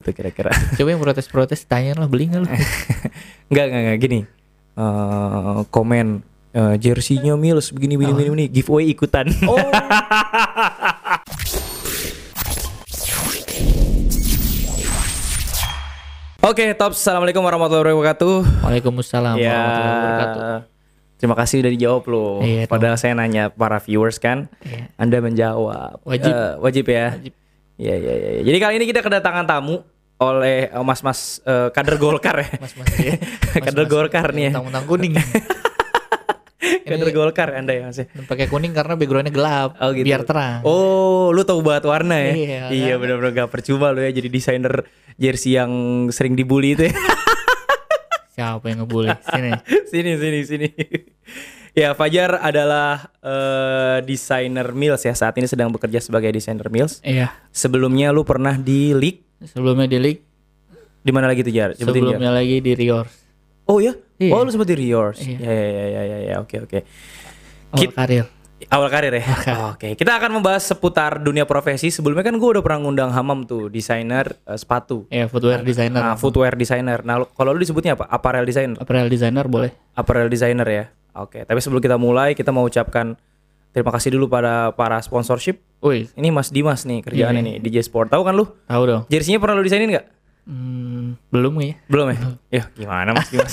tuh kira-kira? Coba yang protes-protes tanya lah, beli nggak lu? Enggak gini. Komen jersey-nya Mills begini giveaway ikutan. Oh. Oke, Tops. Assalamualaikum warahmatullahi wabarakatuh. Waalaikumsalam warahmatullahi wabarakatuh. Terima kasih udah dijawab loh. Iya, Padahal saya nanya para viewers kan, Iya. Anda menjawab. Wajib. Wajib ya. Wajib. Iya. Jadi kali ini kita kedatangan tamu oleh mas-mas kader Golkar ya. Mas ya. Kader Golkar nih ya. Tang-tang kuning. Kader Golkar Anda ya Mas. Pakai kuning karena backgroundnya gelap, Oh, gitu. biar terang. Oh, lu tahu banget warna ya? Iya, kan? Benar-benar gak percuma lu ya jadi desainer jersey yang sering dibully itu ya. Siapa yang ngebully? Sini. Ya, Fajar adalah desainer Mills ya. Saat ini sedang bekerja sebagai desainer Mills. Iya. Sebelumnya lu pernah di League. Sebelumnya di League, Di mana lagi tuh Jar? Sebutin, Jar. sebelumnya lagi di Riors. Oh ya? Iya. Oh, lu sempat di Riors. Iya. Ya. Oke. Awal karir. Awal karir ya? Oke. Kita akan membahas seputar dunia profesi. Sebelumnya kan gue udah pernah ngundang Hamam tuh, desainer sepatu. Ya, footwear designer. Nah, footwear designer. Nah, kalau lu disebutnya apa? Apparel designer. Apparel designer boleh. Apparel designer ya. Oke. Tapi sebelum kita mulai, kita mau ucapkan terima kasih dulu pada para sponsorship. Wih, Ini Mas Dimas nih kerjaannya nih DJ Sport. Tahu kan lu? tahu dong. Jersey-nya pernah lu desainin nggak? Belum ya? Belum ya? Ya gimana Mas Dimas?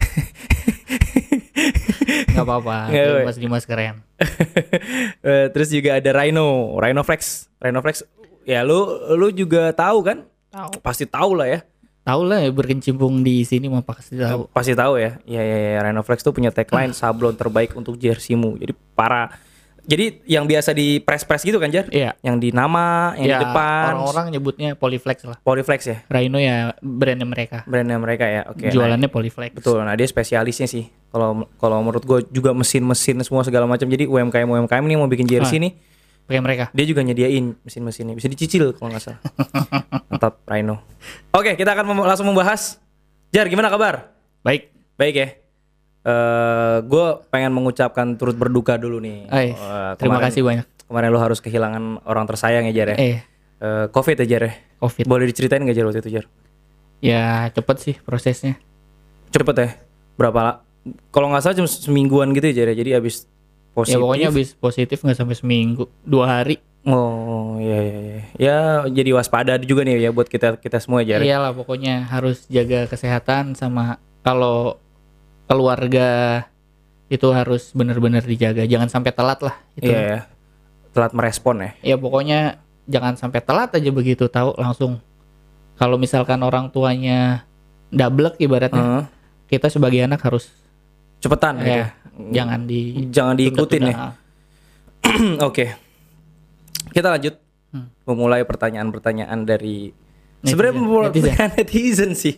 Gak apa-apa. Nggak, weh. Mas Dimas keren. Terus juga ada Rhino Flex. Ya lu juga tahu kan? Tahu. Pasti tahu lah ya. Tahu lah ya, berkecimpung di sini mah pasti tahu. Pasti tahu ya. Ya. Rhino Flex tuh punya tagline sablon terbaik untuk jerseymu. Jadi yang biasa di press gitu kan Jar? Iya. Yang di nama, yang Ya, di depan. orang-orang nyebutnya Polyflex lah. Polyflex ya. Rhino ya brandnya mereka. Brandnya mereka ya. Oke. Jualannya Polyflex. Betul. Nah, dia spesialisnya sih. Kalau menurut gue juga mesin semua segala macam. Jadi UMKM nih mau bikin jersey nih, Pakai mereka. dia juga nyediain mesin-mesinnya. Bisa dicicil kalau nggak salah. Mantap Rhino. Oke, kita akan langsung membahas. Jar, gimana kabar? Baik. Baik ya. Gue pengen mengucapkan turut berduka dulu nih. Terima kasih banyak. Kemarin lo harus kehilangan orang tersayang ya Jar ya. Covid ya Jar ya. Covid. Boleh diceritain nggak Jar waktu itu Jar? Ya cepet sih prosesnya. Cepet ya. Berapa? Kalau nggak salah cuma semingguan gitu ya Jar ya. Jadi abis positif. Ya pokoknya habis positif nggak sampai seminggu, 2 hari. Oh iya. Ya jadi waspada juga nih ya buat kita semua ya Jar. Iyalah pokoknya harus jaga kesehatan, sama kalau keluarga itu harus benar-benar dijaga. Jangan sampai telat lah itu. Iya ya. Telat merespon ya. Ya pokoknya jangan sampai telat aja, begitu tahu langsung. Kalau misalkan orang tuanya dablek ibaratnya, kita sebagai anak harus Cepetan ya, gitu. Jangan diikutin ya. Oke. Kita lanjut memulai pertanyaan-pertanyaan dari sebenarnya netizen sih.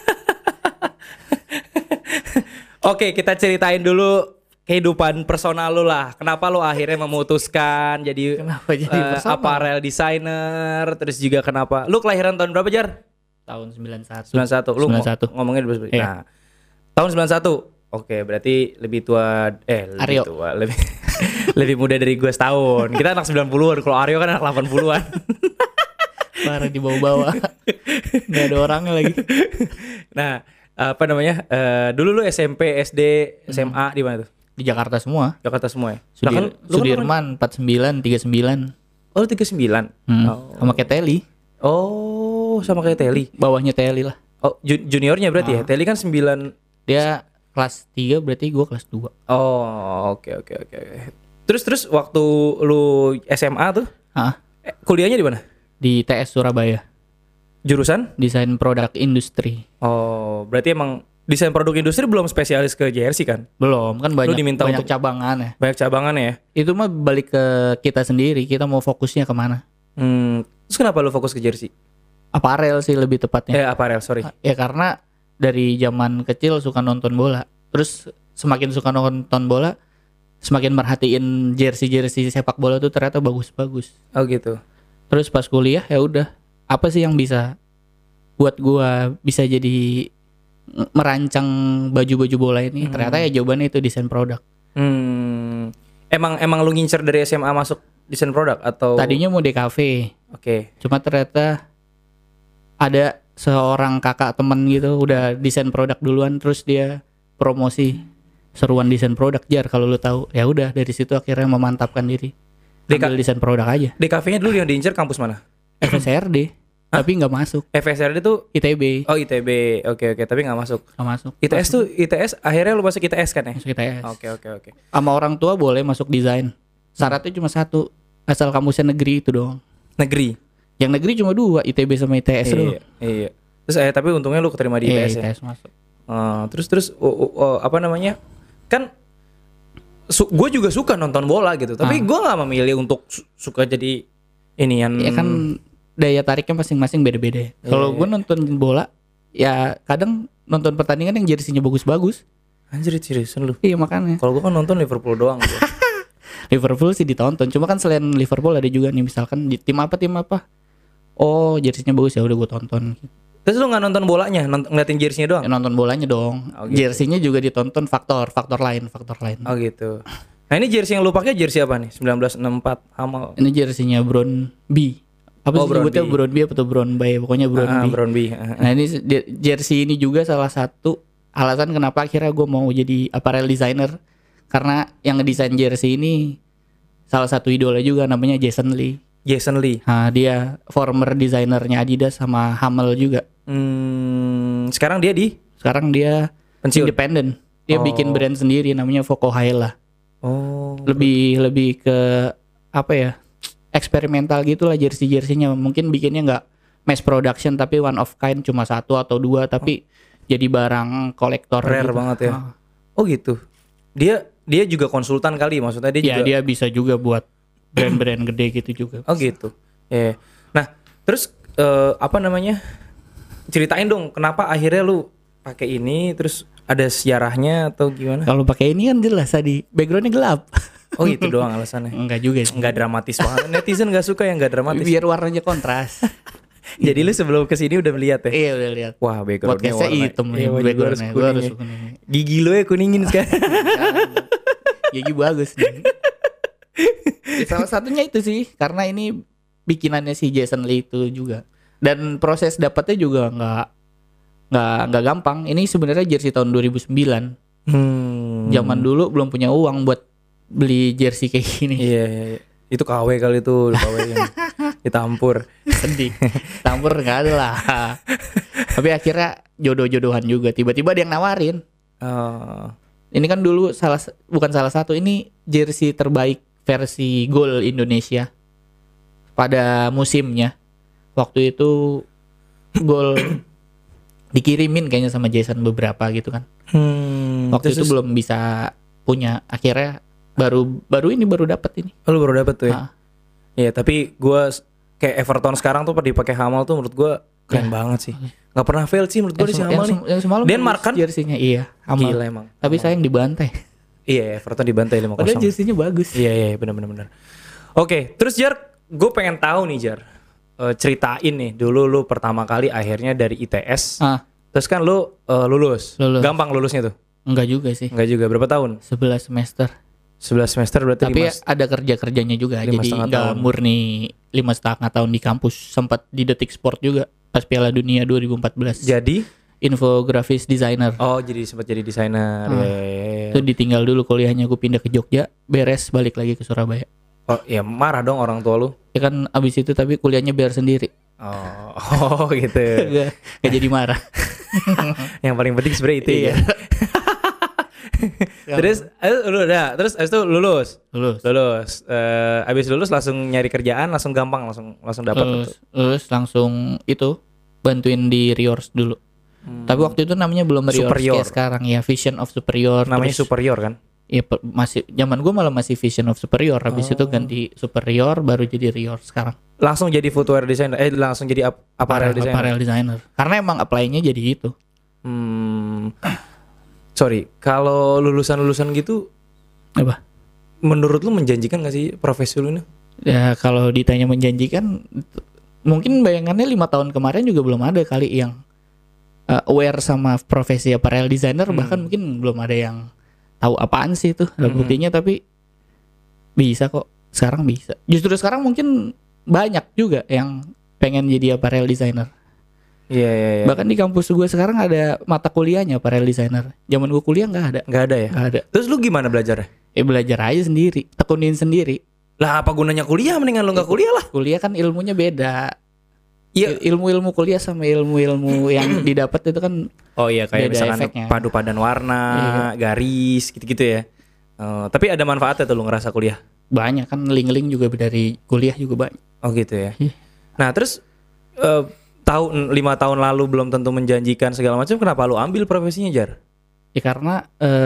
Oke, kita ceritain dulu kehidupan personal lu lah. Kenapa lu akhirnya memutuskan jadi apparel designer, terus juga kenapa? Lu kelahiran tahun berapa, Jar? Tahun 91. 91. Lu 91. ngomongnya dulu. Iya. Nah, tahun 91. Oke, berarti lebih tua Aryo. lebih muda dari gue setahun. Kita anak 90-an, kalau Aryo kan anak 80-an. Parah dibawa-bawa. Gak ada orangnya lagi. Nah, apa namanya? Dulu lu SMP, SD, SMA di mana tuh? Di Jakarta semua. Jakarta semua ya? Sudirman 49, 39. Oh, 39. Sama kayak Teli. Oh, sama kayak Teli. Bawahnya Teli lah. Oh, juniornya berarti ya? Teli kan 9. Dia kelas 3, berarti gue kelas 2. Oh, oke. Terus waktu lu SMA tuh? Kuliahnya di mana? Di TS Surabaya. Jurusan? Desain produk industri. Oh, berarti emang desain produk industri belum spesialis ke jersey kan? Belum, kan banyak untuk cabangan ya. Banyak cabangannya ya? Itu mah balik ke kita sendiri, kita mau fokusnya kemana. Terus kenapa lu fokus ke jersey? Apparel sih lebih tepatnya. Apparel, sorry. Ya karena dari zaman kecil suka nonton bola. Terus semakin suka nonton bola, semakin merhatiin jersey sepak bola tuh ternyata bagus-bagus. Oh gitu. Terus pas kuliah ya udah, apa sih yang bisa buat gua bisa jadi merancang baju-baju bola ini? Ternyata ya jawabannya itu desain produk. Emang lu ngincer dari SMA masuk desain produk atau? Tadinya mau DKV. Oke. Cuma ternyata ada seorang kakak temen gitu udah desain produk duluan, terus dia promosi seruan desain produk Jar kalau lu tahu. Ya udah dari situ akhirnya memantapkan diri. Ambil desain produk aja. DKV-nya dulu yang diincer kampus mana? FSRD. Tapi nggak masuk. FSRD tuh ITB. Oh ITB, oke tapi nggak masuk. Nggak masuk. ITS akhirnya lu masuk ITS kan ya? Masuk ITS. Oke. Sama orang tua boleh masuk desain. Syaratnya cuma satu, asal kampusnya negeri itu doang. Negeri. Yang negeri cuma 2, ITB sama ITS doang. Iya. Terus tapi untungnya lu keterima di ITS ya. ITS masuk. Terus apa namanya? Kan gue juga suka nonton bola gitu, tapi gue nggak memilih untuk suka jadi inian. Ya kan daya tariknya masing-masing beda-beda. Kalau gue nonton bola, ya kadang nonton pertandingan yang jersinya bagus-bagus. Anjir seriusan lu? Iya makanya. Kalau gue kan nonton Liverpool doang. Liverpool sih ditonton, cuma kan selain Liverpool ada juga nih misalkan di tim apa. Oh jersinya bagus ya udah gue tonton. Terus lu nggak nonton bolanya, ngeliatin jersinya doang? Ya, nonton bolanya dong. Gitu. Jersinya juga ditonton faktor lain. Oh gitu. Nah ini jersey yang lu pakai jersey apa nih? 1964 Hamal. Ini jersinya Brown B. Apa sih sebutnya Brown B atau Brown Bay? Pokoknya Brown B. Brown B. Nah ini jersey ini juga salah satu alasan kenapa akhirnya gue mau jadi apparel designer. Karena yang ngedesain jersey ini salah satu idola juga namanya Jason Lee. Nah, dia former desainernya Adidas sama Hummel juga. Sekarang dia pensiun. Independen. Dia bikin brand sendiri namanya Voco Hyla. Lebih ke apa ya? Eksperimental gitulah jersey-jerseynya. Mungkin bikinnya nggak mass production tapi one of kind, cuma 1 atau 2 tapi jadi barang kolektor rare gitu. Banget ya. Oh gitu. Dia juga konsultan kali, maksudnya dia juga. Dia bisa juga buat brand-brand gede gitu juga. Oh gitu. Yeah. Nah, terus apa namanya? Ceritain dong kenapa akhirnya lu pakai ini, terus ada sejarahnya atau gimana? Kalau pakai ini kan jelas tadi backgroundnya gelap. Oh gitu doang alasannya. Enggak juga sih. Enggak dramatis banget. Netizen enggak suka yang enggak dramatis. Biar warnanya kontras. Jadi lu sebelum kesini udah melihat ya? Iya udah lihat. Wah backgroundnya warna hitam nih. Backgroundnya gue harus kuning. Gigi lu ya kuningin sekarang. Gigi bagus nih. Salah satunya itu sih karena ini bikinannya si Jason Lee itu juga. Dan proses dapatnya juga nggak gampang. Ini sebenarnya jersey tahun 2009. Zaman dulu belum punya uang buat beli jersey kayak gini. Iya. Itu KW kali itu, KW yang ditampur. Sedih. Tampur nggak ada lah. Tapi akhirnya jodoh-jodohan juga. Tiba-tiba ada yang nawarin. Ini kan dulu bukan salah satu. Ini jersey terbaik versi Gol Indonesia pada musimnya. Waktu itu Gol dikirimin kayaknya sama Jason beberapa gitu kan. Waktu itu belum bisa punya. Akhirnya baru dapat ini. Oh, lu baru dapat tuh ya? Iya, tapi gue kayak Everton sekarang tuh dipakai Hamal tuh menurut gue keren banget sih. Gak pernah fail sih menurut gue di si Hamal nih. Yang semalam Denmark kan? Jersinya iya, Hamal. Gila emang. Tapi sayang dibantai. Iya, Everton dibantai 5-0. Padahal jersinya bagus. Iya, benar. Oke, terus Jar, gue pengen tahu nih Jar. Ceritain nih, dulu lu pertama kali akhirnya dari ITS. Terus kan lu lulus. Gampang lulusnya tuh? Enggak juga sih. Enggak juga, berapa tahun? 11 semester. 11 semester berarti. Tapi ada kerja-kerjanya juga. Jadi enggak murni 5,5 tahun di kampus. Sempat di Detik Sport juga pas Piala Dunia 2014. Jadi infografis designer. Oh, jadi sempat jadi desainer. Itu ditinggal dulu kuliahnya, gue pindah ke Jogja, beres balik lagi ke Surabaya. Oh, ya marah dong orang tua lu. Ya kan abis itu tapi kuliahnya biar sendiri. Oh gitu. Gak jadi marah. Yang paling penting sebenarnya itu ya. Terus terus abis itu lulus. Abis lulus langsung nyari kerjaan, langsung gampang, langsung dapat. Lulus langsung itu bantuin di Riors dulu. Tapi waktu itu namanya belum Riors kayak sekarang ya, Vision of Superior. Namanya terus, Superior kan? Iya masih zaman gue malah masih Vision of Superior. Habis itu ganti Superior baru jadi Riors sekarang. Langsung jadi footwear designer, langsung jadi apparel designer. Karena emang apply-nya jadi itu. Sorry, kalau lulusan gitu apa? Menurut lu menjanjikan gak sih profesi lu ini? Ya kalau ditanya menjanjikan, mungkin bayangannya 5 tahun kemarin juga belum ada kali yang aware sama profesi apparel designer. Bahkan mungkin belum ada yang tahu apaan sih itu. Buktinya tapi bisa kok. Sekarang bisa. Justru sekarang mungkin banyak juga yang pengen jadi apparel designer. Iya, iya, iya. Bahkan di kampus gue sekarang ada mata kuliahnya apparel designer. Zaman gue kuliah nggak ada. Nggak ada ya? Nggak ada. Terus lu gimana belajarnya? Belajar aja sendiri, tekunin sendiri. Lah apa gunanya kuliah, mendingan lu nggak kuliah lah. Kuliah kan ilmunya beda. Iya. Ilmu-ilmu kuliah sama ilmu-ilmu yang didapat itu kan. Oh iya, kayak beda misalkan efeknya. padu padan warna, garis gitu-gitu ya. Tapi ada manfaatnya tuh lu ngerasa kuliah. Banyak kan, link-link juga dari kuliah juga banyak. Oh gitu ya. Nah terus 5 tahun lalu belum tentu menjanjikan segala macam, kenapa lu ambil profesinya, Jar? Ya karena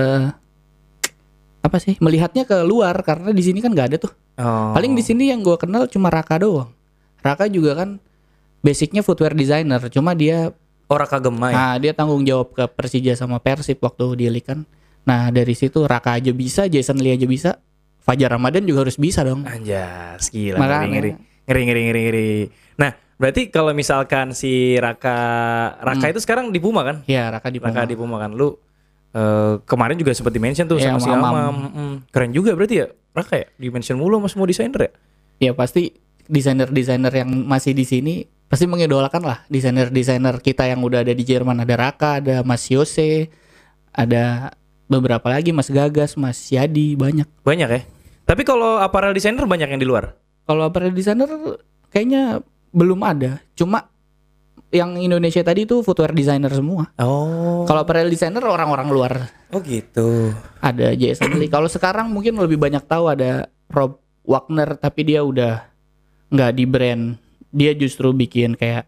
apa sih, melihatnya ke luar, karena di sini kan nggak ada tuh. Paling di sini yang gue kenal cuma Raka doang. Raka juga kan basicnya footwear designer, cuma dia Raka Gemma ya? Nah dia tanggung jawab ke Persija sama Persib waktu di Liga kan. Nah dari situ Raka aja bisa, Jason Lee aja bisa, Fajar Ramadan juga harus bisa dong. Anjas, gila. Makanya. Ngeri. Nah berarti kalau misalkan si Raka itu sekarang di Puma kan? Iya, Raka di Puma. Raka di Puma kan. Lu kemarin juga sempat di-mention tuh sama si Amam. Keren juga berarti ya Raka ya? Di-mention mulu sama semua desainer ya? Ya pasti desainer-desainer yang masih di sini pasti mengidolakan lah desainer-desainer kita yang udah ada di Jerman. Ada Raka, ada Mas Yose, ada beberapa lagi, Mas Gagas, Mas Yadi, banyak. Banyak ya? Tapi kalau apparel desainer banyak yang di luar? Kalau apparel desainer kayaknya belum ada. Cuma yang Indonesia tadi itu footwear designer semua. Oh. Kalau apparel designer orang-orang luar. Oh gitu. Ada Jason Lee. Kalau sekarang mungkin lebih banyak tahu ada Rob Wagner, tapi dia udah nggak di brand. Dia justru bikin kayak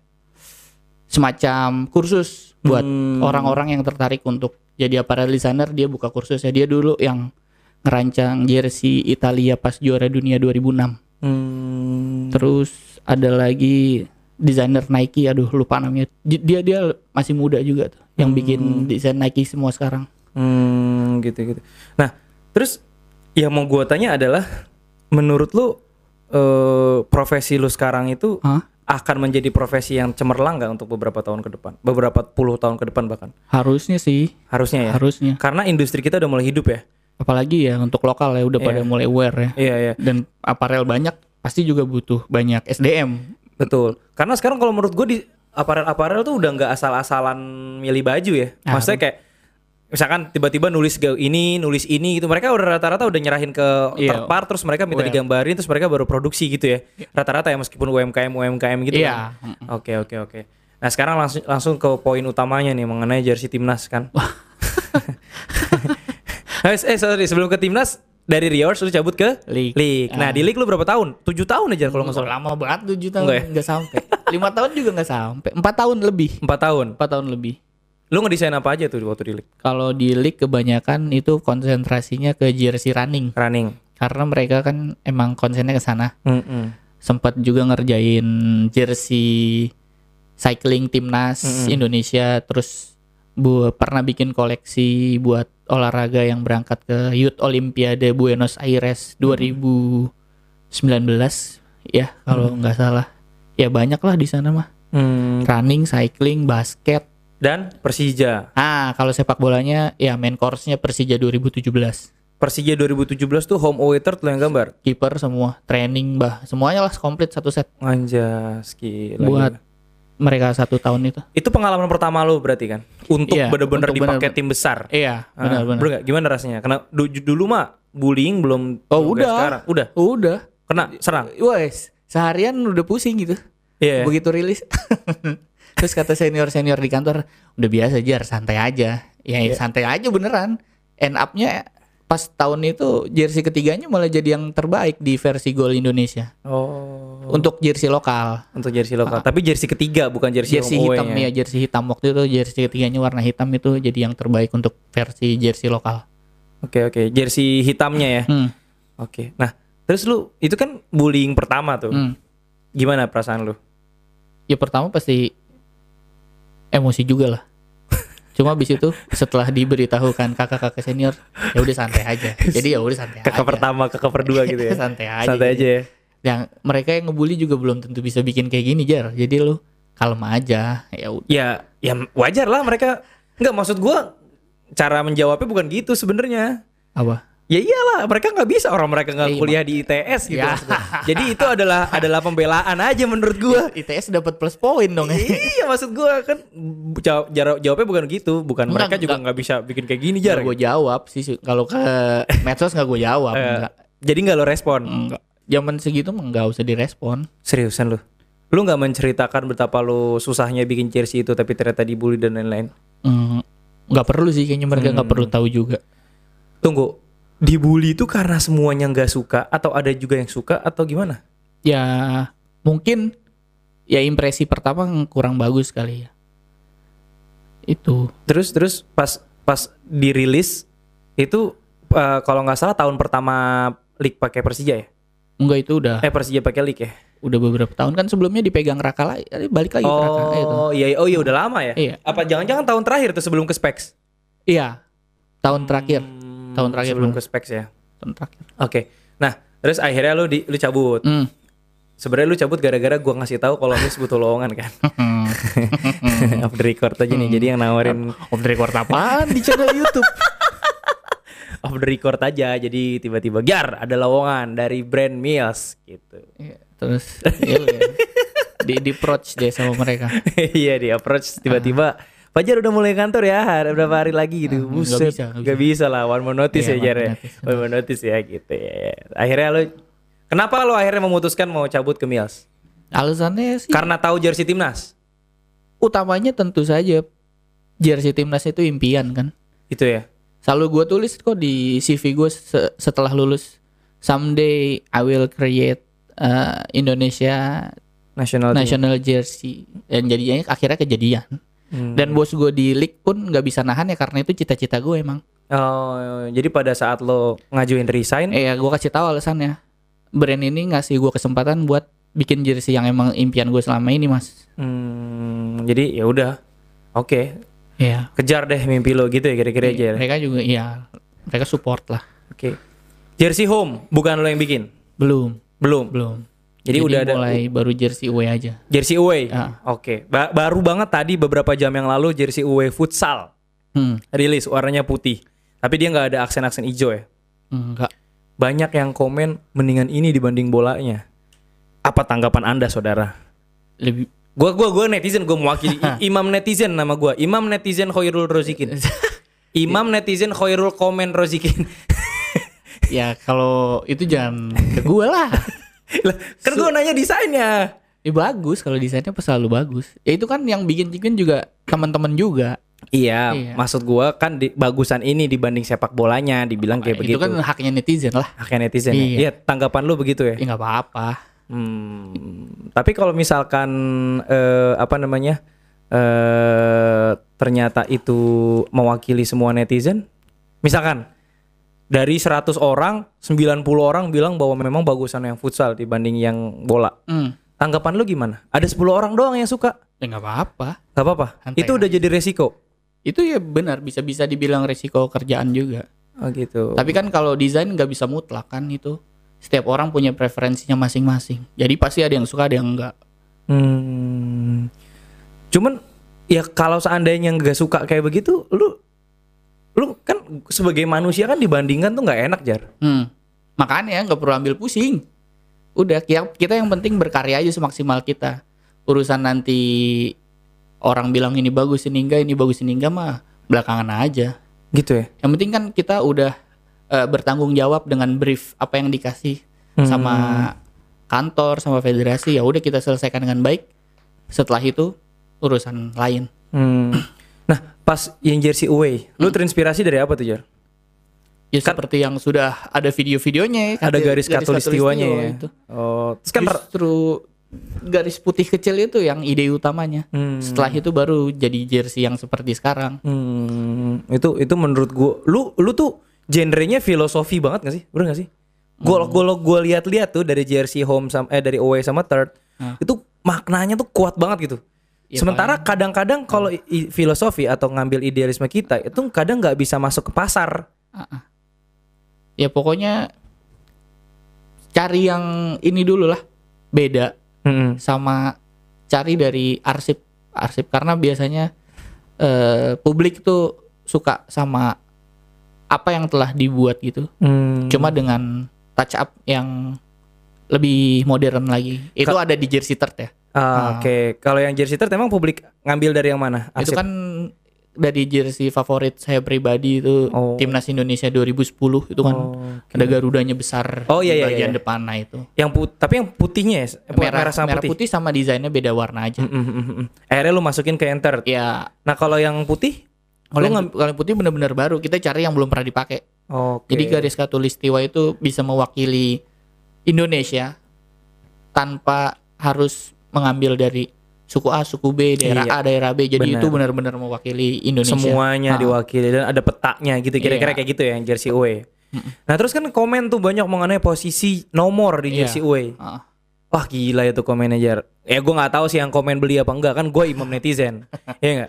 semacam kursus buat orang-orang yang tertarik untuk jadi apparel designer. Dia buka kursus ya. Dia dulu yang ngerancang jersey Italia pas juara dunia 2006. Terus ada lagi desainer Nike, aduh lupa namanya. Dia masih muda juga tuh, yang bikin desain Nike semua sekarang. Gitu. Nah, terus yang mau gua tanya adalah, menurut lu profesi lu sekarang itu akan menjadi profesi yang cemerlang nggak untuk beberapa tahun ke depan, beberapa puluh tahun ke depan bahkan? Harusnya sih. Harusnya ya. Harusnya. Karena industri kita udah mulai hidup ya. Apalagi ya untuk lokal ya udah pada mulai aware ya. Iya. Dan apparel banyak pasti juga butuh banyak SDM. Betul. Karena sekarang kalau menurut gue di apparel tuh udah nggak asal-asalan milih baju ya. Maksudnya kayak misalkan tiba-tiba nulis ini gitu. Mereka udah rata-rata udah nyerahin ke third part, terus mereka minta digambarin, terus mereka baru produksi gitu ya. Rata-rata ya, meskipun UMKM gitu kan. Oke. Nah sekarang langsung ke poin utamanya nih mengenai jersey timnas kan. Sorry, sebelum ke timnas, dari Riors lu cabut ke League. Nah di League lu berapa tahun? 7 tahun aja kalau nggak salah. Lama banget 7 tahun. Nggak sampai. 5 tahun juga nggak sampai. 4 tahun lebih. 4 tahun? 4 tahun lebih. Lu ngedesain apa aja tuh waktu di League? Kalau di League kebanyakan itu konsentrasinya ke jersey running. Karena mereka kan emang konsennya ke sana. Sempat juga ngerjain jersey cycling timnas Indonesia. Terus pernah bikin koleksi buat olahraga yang berangkat ke Youth Olimpiade Buenos Aires 2019 ya kalau nggak salah. Ya banyak lah di sana mah. Running, cycling, basket dan Persija. Kalau sepak bolanya ya main course-nya Persija 2017. Persija 2017 tuh home away third lo yang gambar. Kiper semua, training semuanya lah komplit satu set. Anjas, gila. Buat mereka 1 tahun itu. Itu pengalaman pertama lo berarti kan? Untuk bener-bener dipakai tim besar. Iya, benar-benar. Gimana rasanya? Karena dulu mah bullying belum. Udah. Sekarang. Udah. Kena serang. Wes, seharian udah pusing gitu. Iya. Begitu rilis. Terus kata senior-senior di kantor, udah biasa Jar, santai aja. Santai aja beneran. End up-nya pas tahun itu jersey ketiganya malah jadi yang terbaik di versi Gol Indonesia. Untuk jersey lokal. Tapi jersey ketiga bukan jersey hitam ya. Jersey hitam waktu itu, jersey ketiganya warna hitam itu jadi yang terbaik untuk versi jersey lokal. Oke. Jersey hitamnya ya. Oke. Nah, terus lu itu kan bullying pertama tuh. Gimana perasaan lu? Ya pertama pasti emosi juga lah. Cuma abis itu setelah diberitahukan kakak-kakak senior, ya udah santai aja. Jadi ya udah santai aja. Kakak pertama, kakak kedua gitu ya. Santai aja ya. Yang mereka yang ngebully juga belum tentu bisa bikin kayak gini, Jar. Jadi lu kalem aja. Ya udah. Ya wajar lah mereka. Enggak, maksud gua cara menjawabnya bukan gitu sebenarnya. Apa? Ya iyalah, mereka nggak bisa, orang mereka nggak kuliah di ITS gitu. Ya. Jadi itu adalah pembelaan aja menurut gua. ITS dapat plus point dong. Iya, maksud gua kan jawabnya bukan gitu, bukan mereka juga nggak bisa bikin kayak gini jar. Gue jawab sih kalau ke medsos nggak gue jawab. Jadi nggak lo respon? Enggak. Zaman segitu mah nggak usah direspon. Seriusan lu? Lu nggak menceritakan betapa lu susahnya bikin jersey itu tapi ternyata dibully dan lain-lain? Nggak perlu sih, kayaknya mereka nggak perlu tahu juga. Tunggu, dibully itu karena semuanya nggak suka atau ada juga yang suka atau gimana? Ya mungkin ya impresi pertama kurang bagus kali ya. Itu. Terus pas dirilis itu kalau nggak salah tahun pertama League pakai Persija ya? Enggak, itu udah. Persija pakai League ya? Udah beberapa tahun kan, sebelumnya dipegang Raka lagi, balik lagi ke Raka. Iya, udah lama ya? Iya. Apa jangan-jangan tahun terakhir tuh sebelum ke Specs? Iya. Tahun terakhir sebelum ke Specs ya. Tahun terakhir. Oke. Nah, terus akhirnya lu cabut. Sebenarnya lu cabut gara-gara gua ngasih tahu kalau Miss butuh lowongan kan. Off the record aja nih. Jadi yang nawarin off the record apaan di channel YouTube? Off the record aja. Jadi tiba-tiba ada lowongan dari brand Mills gitu. Iya, terus di approach deh sama mereka. Iya, di approach tiba-tiba Fajar udah mulai kantor ya, berapa hari lagi gitu. Buset, gak bisa lah, one more notice ya Jar ya. One more notice ya gitu ya. Akhirnya kenapa lo akhirnya memutuskan mau cabut ke Mills? Alasannya sih karena tahu jersey timnas. Utamanya tentu saja jersey timnas itu impian kan. Itu ya. Selalu gue tulis kok di CV gue setelah lulus, someday I will create Indonesia national jersey, dan jadinya akhirnya kejadian. Dan bos gue di league pun nggak bisa nahan ya, karena itu cita-cita gue emang. Oh, jadi pada saat lo ngajuin resign? Gue kasih tahu alasannya. Brand ini ngasih gue kesempatan buat bikin jersey yang emang impian gue selama ini, Mas. Jadi ya udah, oke. Iya. Kejar deh mimpi lo gitu ya kira-kira aja. Mereka juga mereka support lah. Oke. Jersey home bukan lo yang bikin? Belum. Jadi udah ada mulai baru jersey away aja. Jersey away. Oke. Baru banget tadi beberapa jam yang lalu jersey away futsal. Rilis warnanya putih. Tapi dia nggak ada aksen-aksen hijau ya? Enggak. Banyak yang komen mendingan ini dibanding bolanya. Apa tanggapan Anda, saudara? Gue netizen, gue mewakili Imam netizen, nama gue Imam netizen Khairul Rozikin. Imam netizen Khairul Komen Rozikin. Ya kalau itu jangan ke gue lah. Kan gue nanya desainnya. Bagus, kalau desainnya selalu bagus. Ya itu kan yang bikin juga teman-teman juga. Iya, maksud gue kan bagusan ini dibanding sepak bolanya, dibilang kayak begitu. Itu kan haknya netizen lah. Haknya netizen. Iya, tanggapan lu begitu ya? Ya nggak apa-apa. Tapi kalau misalkan ternyata itu mewakili semua netizen, misalkan dari 100 orang 90 orang bilang bahwa memang bagusan yang futsal dibanding yang bola. Tanggapan lu gimana? Ada 10 orang doang yang suka. Ya nggak apa-apa. Nggak apa-apa. Itu udah jadi resiko. Itu ya benar, bisa dibilang resiko kerjaan juga. Oh gitu. Tapi kan kalau desain nggak bisa mutlak kan itu. Setiap orang punya preferensinya masing-masing. Jadi pasti ada yang suka, ada yang enggak. Cuman ya kalau seandainya nggak suka kayak begitu, lu kan sebagai manusia kan dibandingkan tuh nggak enak, Jar. Makanya nggak perlu ambil pusing. Udah, kita yang penting berkarya aja semaksimal kita. Urusan nanti orang bilang ini bagus ini enggak mah belakangan aja. Gitu ya. Yang penting kan kita udah bertanggung jawab dengan brief apa yang dikasih sama kantor, sama federasi. Ya udah, kita selesaikan dengan baik. Setelah itu urusan lain. Nah, pas yang jersey away, lu terinspirasi dari apa tuh, Jar? Ya seperti yang sudah ada video-videonya, ada garis khatulistiwanya ya. Itu. Oh, kan justru garis putih kecil itu yang ide utamanya. Setelah itu baru jadi jersey yang seperti sekarang. Itu menurut gua, lu tuh genrenya filosofi banget gak sih? Bener gak sih? Gua lihat-lihat tuh dari jersey home dari away sama third, itu maknanya tuh kuat banget gitu. Ya, sementara kadang-kadang kalau filosofi atau ngambil idealisme kita itu kadang nggak bisa masuk ke pasar. Ya pokoknya cari yang ini dulu lah, beda sama cari dari arsip karena biasanya publik tuh suka sama apa yang telah dibuat gitu. Cuma dengan touch up yang lebih modern lagi. Itu ada di jersey third ya. Oke. Kalau yang jersey third emang publik ngambil dari yang mana? Itu kan dari jersey favorit saya pribadi itu Timnas Indonesia 2010 itu kan ada Garudanya besar di bagian depan. Nah itu. Tapi yang putihnya ya, merah sama merah putih sama desainnya beda warna aja. Akhirnya lu masukin ke yang third. Iya. Nah kalau yang putih? Kalau yang putih benar-benar baru, kita cari yang belum pernah dipakai. Jadi garis khatulistiwa itu bisa mewakili Indonesia tanpa harus mengambil dari suku A, suku B, daerah A, daerah B. Jadi itu benar-benar mewakili Indonesia. Semuanya diwakili dan ada petanya gitu, kira-kira kayak gitu ya yang jersey away. Nah terus kan komen tuh banyak mengenai posisi nomor di jersey away. Wah gila itu komennya Jar. Ya gue nggak tahu sih yang komen beli apa enggak, kan gue imam netizen. Iya nggak?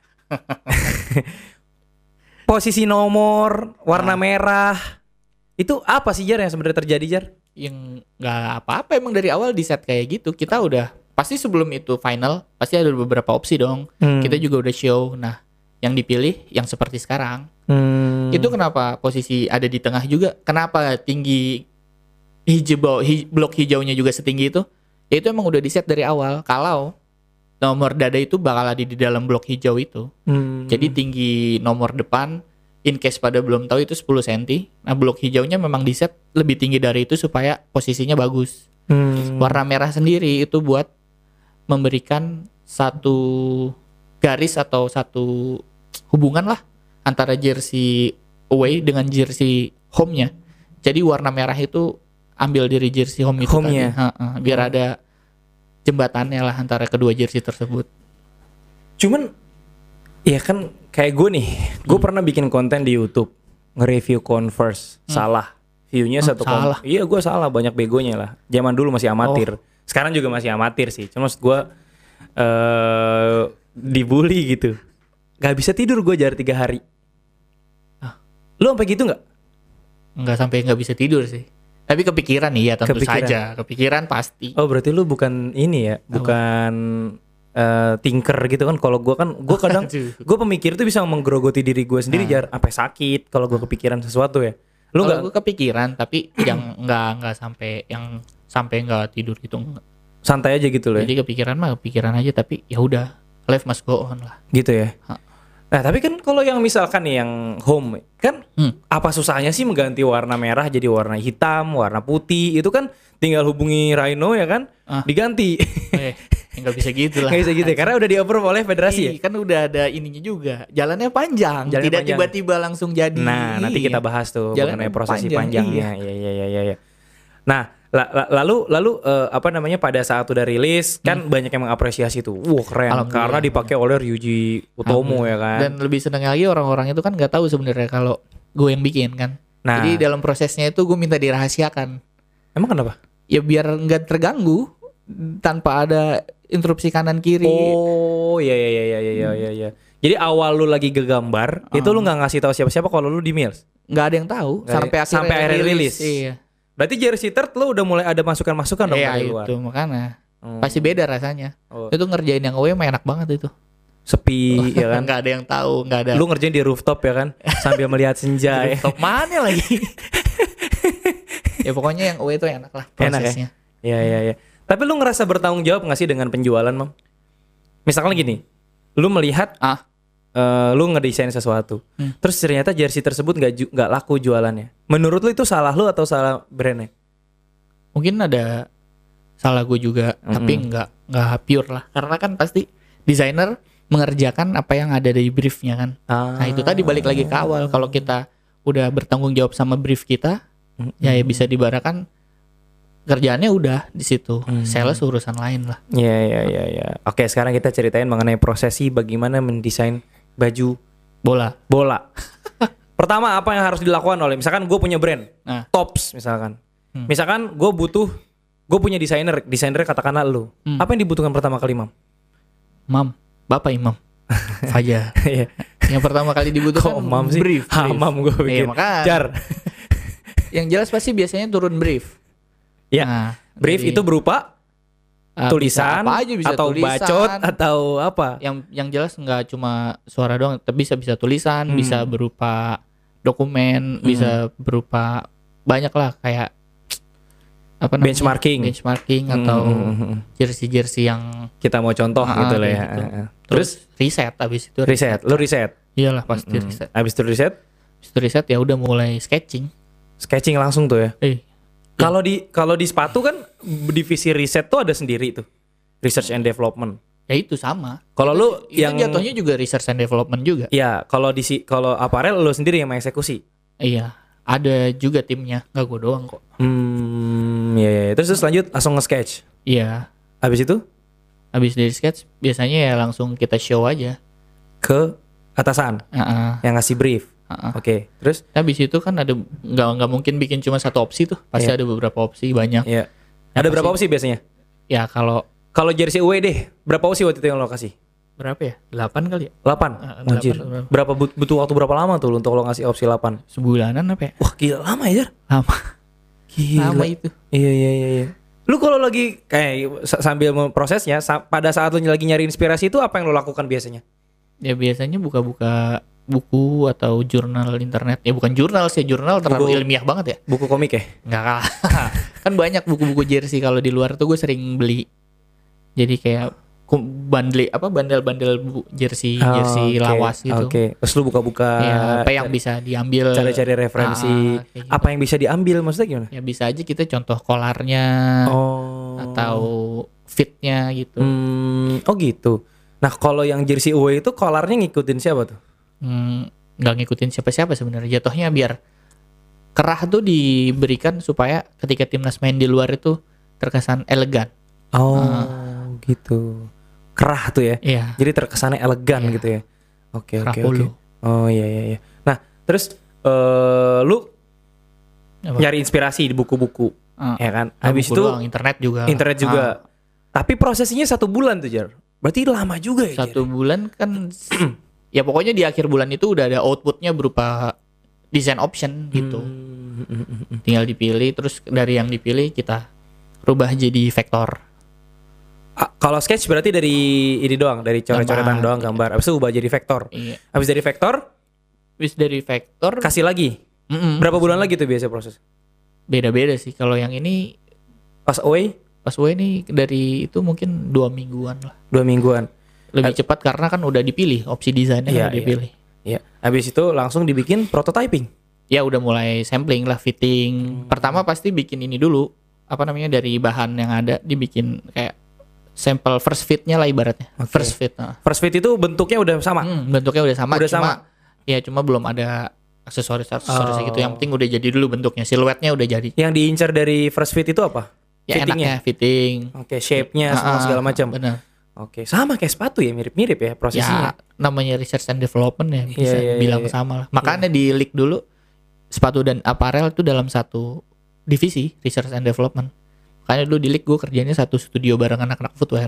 Posisi nomor warna merah itu apa sih Jar yang sebenarnya terjadi Jar? Yang nggak apa-apa, emang dari awal di set kayak gitu. Kita udah pasti sebelum itu final pasti ada beberapa opsi dong. Kita juga udah show. Nah yang dipilih yang seperti sekarang. Itu kenapa posisi ada di tengah juga? Kenapa tinggi blok hijaunya juga setinggi itu? Ya itu emang udah di set dari awal. Kalau nomor dada itu bakal ada di dalam blok hijau itu. Jadi tinggi nomor depan, in case pada belum tahu itu 10 cm. Nah blok hijaunya memang di set lebih tinggi dari itu supaya posisinya bagus. Warna merah sendiri itu buat memberikan satu garis atau satu hubungan lah antara jersey away dengan jersey home-nya. Jadi warna merah itu ambil dari jersey home itu tadi. Biar ada jembatannya lah antara kedua jersey tersebut. Cuman ya kan kayak gue nih, gue pernah bikin konten di YouTube nge-review Converse, salah view-nya 1. Iya gue salah, banyak begonya lah. Zaman dulu masih amatir. Sekarang juga masih amatir sih. Cuma maksud gue dibully gitu. Gak bisa tidur gue Jar 3 hari. Lu sampai gitu nggak? Nggak sampai nggak bisa tidur sih. Tapi kepikiran iya tentu saja. Kepikiran pasti. Oh berarti lu bukan ini ya, bukan thinker gitu kan. Kalau gue kan, gue kadang gue pemikir tuh bisa menggerogoti diri gue sendiri Jar, sampai sakit kalau gue kepikiran sesuatu ya. Lu nggak? Gue kepikiran tapi yang nggak sampai nggak tidur gitu. Enggak. Santai aja gitu loh. Jadi kepikiran mah kepikiran aja, tapi ya udah, life must go on lah. Gitu ya. Nah tapi kan kalau yang misalkan nih yang home kan apa susahnya sih mengganti warna merah jadi warna hitam, warna putih, itu kan tinggal hubungi Rhino ya kan, diganti. Nggak bisa gitu lah. Nggak bisa gitu ya, karena udah di-approve oleh federasi ya. Kan udah ada ininya juga, jalannya panjang, tidak tiba-tiba langsung jadi. Nah nanti kita bahas tuh mengenai prosesi panjangnya. Iya. Nah lalu apa namanya, pada saat udah rilis kan banyak yang mengapresiasi tuh, wah keren karena dipakai oleh Ryuji Utomo ya kan. Dan lebih seneng lagi orang-orang itu kan nggak tahu sebenarnya kalau gue yang bikin kan. Nah, jadi dalam prosesnya itu gue minta dirahasiakan. Emang kenapa? Ya biar nggak terganggu tanpa ada interupsi kanan kiri. Oh iya. Jadi awal lu lagi gegambar itu lu nggak ngasih tahu siapa-siapa kalau lu di Mills? Nggak ada yang tahu sampai akhirnya rilis. Iya. Berarti jersey third lu udah mulai ada masukan-masukan dong dari luar. Iya itu makanya. Pasti beda rasanya. Itu ngerjain yang away mah enak banget itu. Sepi ya kan. Nggak ada yang tahu, nggak ada. Lu ngerjain di rooftop ya kan, sambil melihat senja. Rooftop mana lagi? Ya pokoknya yang away itu enak lah prosesnya. Iya. Tapi lu ngerasa bertanggung jawab nggak sih dengan penjualan, Mam? Misalkan gini, lu melihat lu ngedesain sesuatu, terus ternyata jersey tersebut nggak laku jualannya. Menurut lu itu salah lu atau salah brandnya? Mungkin ada salah gue juga, tapi nggak pure lah. Karena kan pasti desainer mengerjakan apa yang ada dari briefnya kan. Nah itu tadi balik lagi ke awal. Kalau kita udah bertanggung jawab sama brief kita, ya bisa dibarakan kerjaannya udah di situ. Sales urusan lain lah. Iya. Oke, sekarang kita ceritain mengenai prosesi bagaimana mendesain baju bola. Pertama apa yang harus dilakukan oleh, misalkan gue punya brand Tops misalkan. Misalkan gue punya desainernya katakanlah lu. Apa yang dibutuhkan pertama kali, Mam? Bapak Imam Fajar. Yang pertama kali dibutuhkan brief. Mam gue bikin. Jar. Yang jelas pasti biasanya turun brief. Ya, brief itu berupa tulisan apa aja, bisa atau tulisan, bacot atau apa? Yang jelas nggak cuma suara doang, tapi bisa tulisan, bisa berupa dokumen, bisa berupa banyak lah kayak apa namanya, benchmarking atau jersey yang kita mau contoh gitu lah ya. Gitu. Terus riset, abis itu lu riset. Iyalah pasti riset. Abis itu riset ya udah mulai sketching langsung tuh ya. Kalau di sepatu kan divisi riset tuh ada sendiri tuh, research and development. Ya itu sama. Kalau lu yang jatuhnya juga research and development juga. Iya, kalau aparel lu sendiri yang mengeksekusi. Iya, ada juga timnya, nggak gue doang kok. Iya. Terus lanjut langsung nge-sketch. Iya. Habis dari sketch biasanya ya langsung kita show aja ke atasan yang ngasih brief. Oke. Terus habis itu kan ada nggak mungkin bikin cuma satu opsi tuh, pasti ada beberapa opsi, banyak. Iya. Ada berapa opsi biasanya? Ya kalau jersey away deh, berapa opsi waktu itu yang lo kasih? Berapa ya? 8 kali ya? 8? Anjir. Butuh waktu berapa lama tuh untuk lo ngasih opsi 8? Sebulanan apa ya? Wah gila lama ya Jar? Lama. Gila. Lama itu. Iya. Lu kalau lagi kayak sambil prosesnya, pada saat lu lagi nyari inspirasi itu apa yang lo lakukan biasanya? Ya biasanya buka-buka buku atau jurnal internet. Ya bukan jurnal sih, jurnal terlalu ilmiah banget ya. Buku komik ya? Enggak kalah. Kan banyak buku-buku jersey kalau di luar tuh gue sering beli. Jadi kayak bandel-bandel jersey lawas gitu. Oke. Terus lu buka-buka ya, apa yang bisa diambil, cari referensi. Gitu. Apa yang bisa diambil maksudnya gimana? Ya bisa aja kita contoh kolarnya atau fitnya gitu. Oh gitu. Nah kalau yang jersey away itu kolarnya ngikutin siapa tuh? Nggak ngikutin siapa-siapa sebenarnya. Jatuhnya biar kerah tuh diberikan supaya ketika timnas main di luar itu terkesan elegan. Gitu. Kerah tuh ya. Iya. Jadi terkesannya elegan gitu ya. Oke. Oh iya. Nah, terus lu nyari inspirasi di buku-buku. Ya kan? Habis itu internet juga. Tapi prosesnya 1 bulan tuh, Jar. Berarti lama juga ya. 1 bulan kan ya pokoknya di akhir bulan itu udah ada outputnya berupa design option gitu. Tinggal dipilih, terus dari yang dipilih kita rubah jadi vektor. Kalau sketch berarti dari ini doang, dari coret-coretan doang gambar. Abis itu ubah jadi vektor. Iya. Abis dari vektor kasih lagi. Berapa bulan lagi tuh biasa proses? Beda-beda sih. Kalau yang ini pas away nih dari itu mungkin 2 mingguan lah. 2 mingguan. Lebih cepat karena kan udah dipilih, opsi desainnya udah dipilih. Iya. Habis itu langsung dibikin prototyping. Ya udah mulai sampling lah, fitting. Pertama pasti bikin ini dulu, apa namanya, dari bahan yang ada dibikin kayak sampel first fit-nya lah ibaratnya. Okay. First fit. First fit itu bentuknya udah sama. Bentuknya udah sama. Cuma belum ada aksesoris gitu. Yang penting udah jadi dulu bentuknya, siluetnya udah jadi. Yang diincar dari first fit itu apa? Ya enaknya fitting. Oke, shape-nya sama segala macam. Benar. Oke, sama kayak sepatu ya, mirip-mirip ya prosesnya. Ya, namanya research and development ya, bisa bilang sama lah. Makanya di leak dulu sepatu dan apparel itu dalam satu divisi, research and development. Makanya dulu di leak gue kerjanya satu studio bareng anak-anak footwear.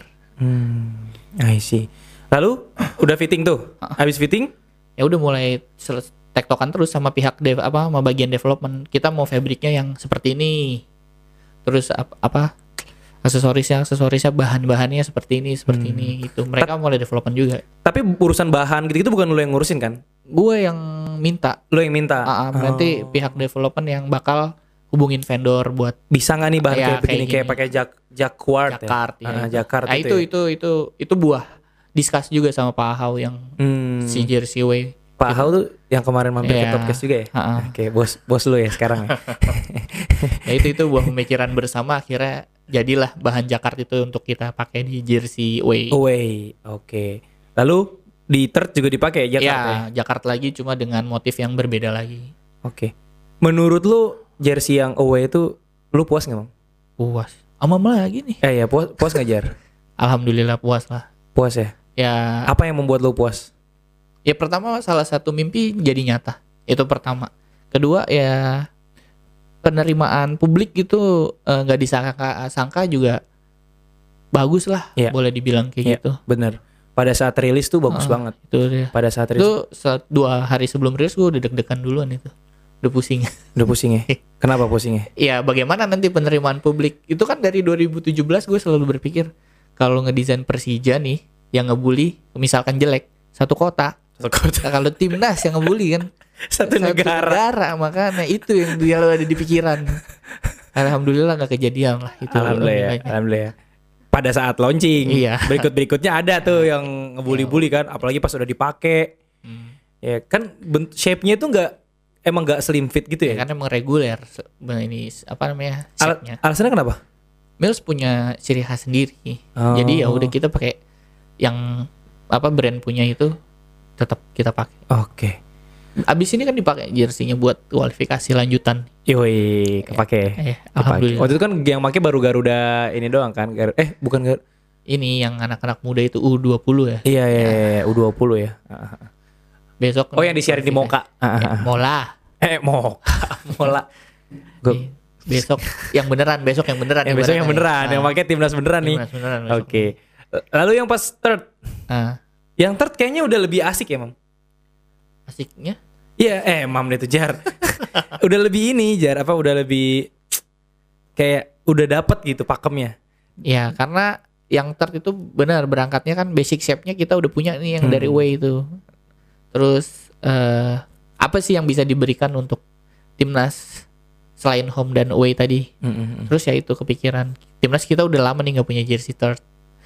I see. Lalu udah fitting tuh. Habis fitting ya udah mulai tektokan terus sama pihak sama bagian development. Kita mau fabriknya yang seperti ini. Terus aksesorisnya bahan-bahannya seperti ini gitu. Mereka mulai development juga. Tapi urusan bahan gitu bukan lo yang ngurusin kan? Gue yang minta. Lo yang minta. Nanti pihak development yang bakal hubungin vendor buat bisa nggak nih bahan kayak begini, kayak pakai jacquard ya? Jacquard itu buah discuss juga sama Pak Ahau yang si Jersey Way. Pak Ahau tuh yang kemarin mampir ke podcast juga ya. Oke, bos lu ya sekarang ya. Ya itu buah pemikiran bersama, akhirnya jadilah bahan jacquard itu untuk kita pakai di Jersey Way. Oke. Lalu di third juga dipakai jacquard ya? Jacquard lagi, cuma dengan motif yang berbeda lagi. Oke. Menurut lu jersey yang away itu lu puas nggak, Bang? Puas. Amam lagi nih. Ya puas nggak, Jar? Alhamdulillah puas lah. Puas ya? Ya. Apa yang membuat lu puas? Ya pertama, salah satu mimpi jadi nyata. Itu pertama. Kedua ya penerimaan publik itu nggak disangka juga bagus lah. Boleh dibilang kayak gitu. Bener. Pada saat rilis tuh bagus banget. Itu dia. Pada saat rilis. Itu 2 hari sebelum rilis gue udah deg-degan duluan itu. Udah pusing ya? Kenapa pusingnya? Ya bagaimana nanti penerimaan publik. Itu kan dari 2017 gue selalu berpikir kalau ngedesain Persija nih yang ngebully misalkan jelek satu kota, Satu kota. Nah, kalau timnas yang ngebully kan Satu negara. makanya itu yang dia ada di pikiran. Alhamdulillah nggak kejadian lah itu. Alhamdulillah. Pada saat launching, iya. berikutnya ada tuh yang ngebully-bully kan, apalagi pas udah dipakai. Ya kan shape-nya itu emang nggak slim fit gitu ya? Kan emang reguler ini apa namanya? Shape-nya. Alasannya kenapa? Mills punya ciri khas sendiri. Jadi ya udah kita pakai yang apa brand punya itu tetap kita pakai. Oke. Abis ini kan dipakai jersey-nya buat kualifikasi lanjutan. Yoi, kepake. Alhamdulillah. Waktu itu kan yang pakai baru Garuda ini doang kan? Bukan Garuda. Ini yang anak-anak muda itu U20 ya? Iya, U20 ya. Besok. Yang disiarin di Moka. Mola. Mola. Besok yang beneran. Besok yang beneran. Yang pakai timnas beneran nih. Oke. Lalu yang pas third. Yang third kayaknya udah lebih asik ya, Mam? Asiknya? Iya, Mam itu Jar. Udah lebih ini Jar, udah lebih kayak udah dapet gitu pakemnya. Ya, karena yang third itu benar berangkatnya kan basic shape-nya kita udah punya nih yang dari away itu. Terus apa sih yang bisa diberikan untuk timnas selain home dan away tadi? Terus ya itu kepikiran timnas kita udah lama nih nggak punya jersey third.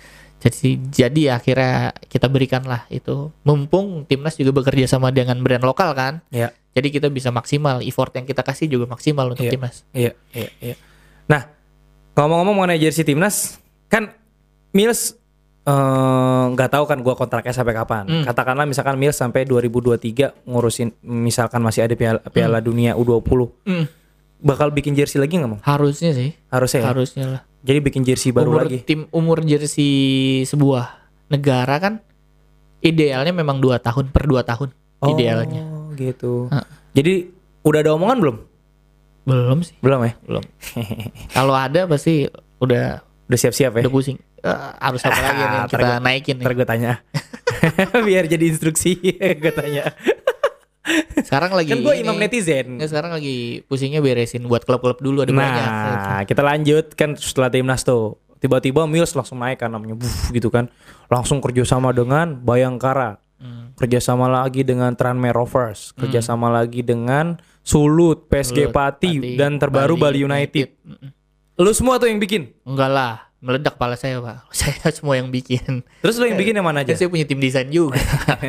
Jadi akhirnya kita berikan lah itu. Mumpung timnas juga bekerja sama dengan brand lokal kan. Iya. Jadi kita bisa maksimal, effort yang kita kasih juga maksimal untuk timnas. Iya. Nah, ngomong-ngomong mengenai jersey timnas, kan Mills nggak tahu kan gua kontraknya sampai kapan. Katakanlah misalkan Mills sampai 2023 ngurusin, misalkan masih ada Piala Dunia U20. Bakal bikin jersey lagi nggak, Mang? Harusnya sih. Harusnya lah. Jadi bikin jersey baru lagi. Umur jersey sebuah negara kan idealnya memang 2 tahun per 2 tahun idealnya. Oh gitu. Jadi udah ada omongan belum? Belum sih. Belum ya? Belum. Kalau ada pasti udah siap-siap ya? Udah pusing. Harus apa lagi yang kita naikin nih? Ntar gue tanya. Biar jadi instruksi gue tanya. Sekarang lagi kan gue imam netizen. Sekarang lagi pusingnya beresin buat klub-klub dulu ada banyak. Nah kita lanjut kan setelah timnas tuh tiba-tiba Mills langsung naik kan namanya gitu kan, langsung kerjasama dengan Bayangkara, kerjasama lagi dengan Tranmere Rovers, kerjasama lagi dengan Sulut, PSG Pati dan terbaru Bali United. Lu semua tuh yang bikin? Enggak lah, meledak kepala saya Pak. Saya semua yang bikin. Terus lu yang bikin yang mana aja? Saya punya tim desain juga.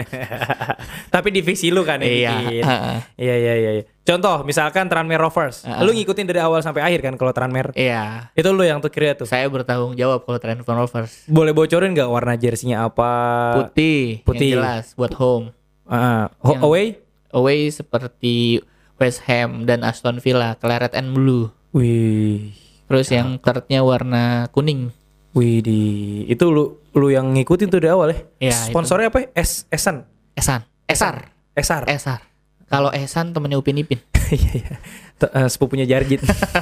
Tapi divisi lu kan yang bikin. Iya. Contoh misalkan Tranmere Rovers, lu ngikutin dari awal sampai akhir kan kalau Tranmere? Iya. Itu lu yang tuh kira tuh? Saya bertanggung jawab kalau Tranmere Rovers. Boleh bocorin gak warna jersinya apa? Putih. Yang jelas buat home. Away? Away seperti West Ham dan Aston Villa, claret and blue. Wih. Terus yang thirdnya warna kuning. Widih, itu lu yang ngikutin tuh dari awal ya? Iya. Sponsornya apa? Esar. Kalau Esan temennya Upin Ipin. Iya. Sepupunya Jarjit.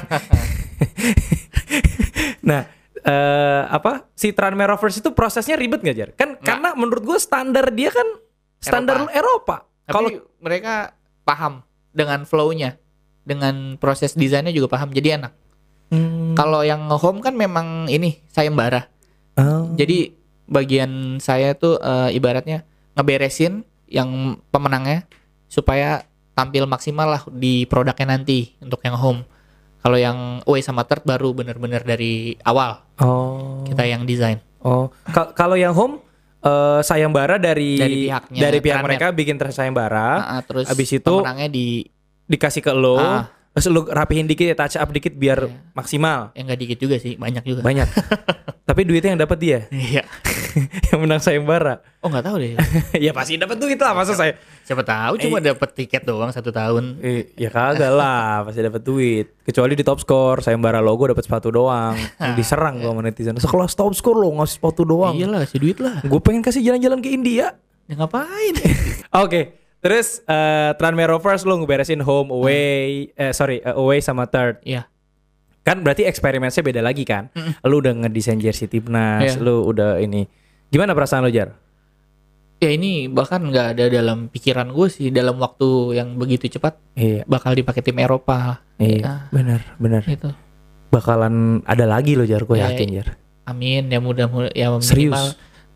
Nah, si Tranmere Rovers itu prosesnya ribet nggak Jar? Kan karena menurut gue standar dia kan standar Eropa. Kalau mereka paham dengan flow-nya, dengan proses desainnya juga paham, jadi enak. Kalau yang home kan memang ini sayembara. Jadi bagian saya tuh ibaratnya ngeberesin yang pemenangnya supaya tampil maksimal lah di produknya nanti untuk yang home. Kalau yang away sama third baru bener-bener dari awal. Kita yang desain. Kalau yang home sayembara dari pihak mereka bikin sayembara. Terus abis itu pemenangnya dikasih ke lo. Terus lu rapihin dikit ya, touch up dikit biar maksimal. Enggak dikit juga sih, banyak juga. Banyak. Tapi duitnya yang dapat dia. Iya. Yang menang sayembara. Oh nggak tahu deh. Ya pasti dapat duit lah, masa saya. Siapa tahu cuma dapat tiket doang 1 tahun. Ya kagak lah, pasti dapat duit. Kecuali di top score sayembara logo dapat sepatu doang. Diserang gua sama netizen. Sekelas top score lo ngasih sepatu doang. Iyalah, kasih duit lah. Gue pengen kasih jalan-jalan ke India. Ya ngapain? Oke. Terus Tranmere Rovers lu ngeberesin home, away, away sama third. Iya. Kan berarti eksperimennya beda lagi kan. Lu udah ngedesain jersey timnas, lu udah ini. Gimana perasaan lu Jar? Ya ini bahkan nggak ada dalam pikiran gue sih dalam waktu yang begitu cepat. Iya. Bakal dipakai tim Eropa. Iya. Benar. Itu. Bakalan ada lagi lo Jar, gue yakin Jar. Amin ya mudah-mudahan ya minimal serius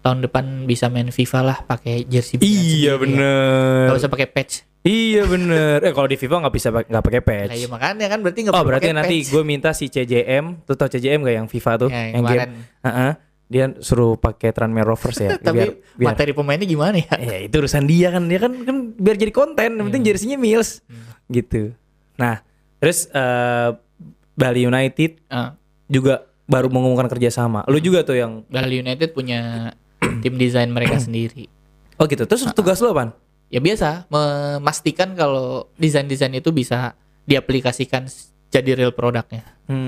tahun depan bisa main FIFA lah pakai jersey brand Iya bener. Gak usah pakai patch. Iya bener. Kalau di FIFA nggak pakai patch. Nah, iya makanya kan berarti nggak. Oh berarti nanti gue minta si CJM, tuh tau CJM gak yang FIFA tuh, ya, yang game. Dia suruh pakai Tranmere Rovers ya. Tapi biar materi pemainnya gimana ya? Ya itu urusan dia kan biar jadi konten. Yang penting jersinya Mills, gitu. Nah terus Bali United juga baru mengumumkan kerjasama. Lu juga tuh yang Bali United punya tim desain mereka sendiri. Oh gitu. Terus tugas lu apaan? Ya biasa, memastikan kalau desain-desain itu bisa diaplikasikan jadi real produknya.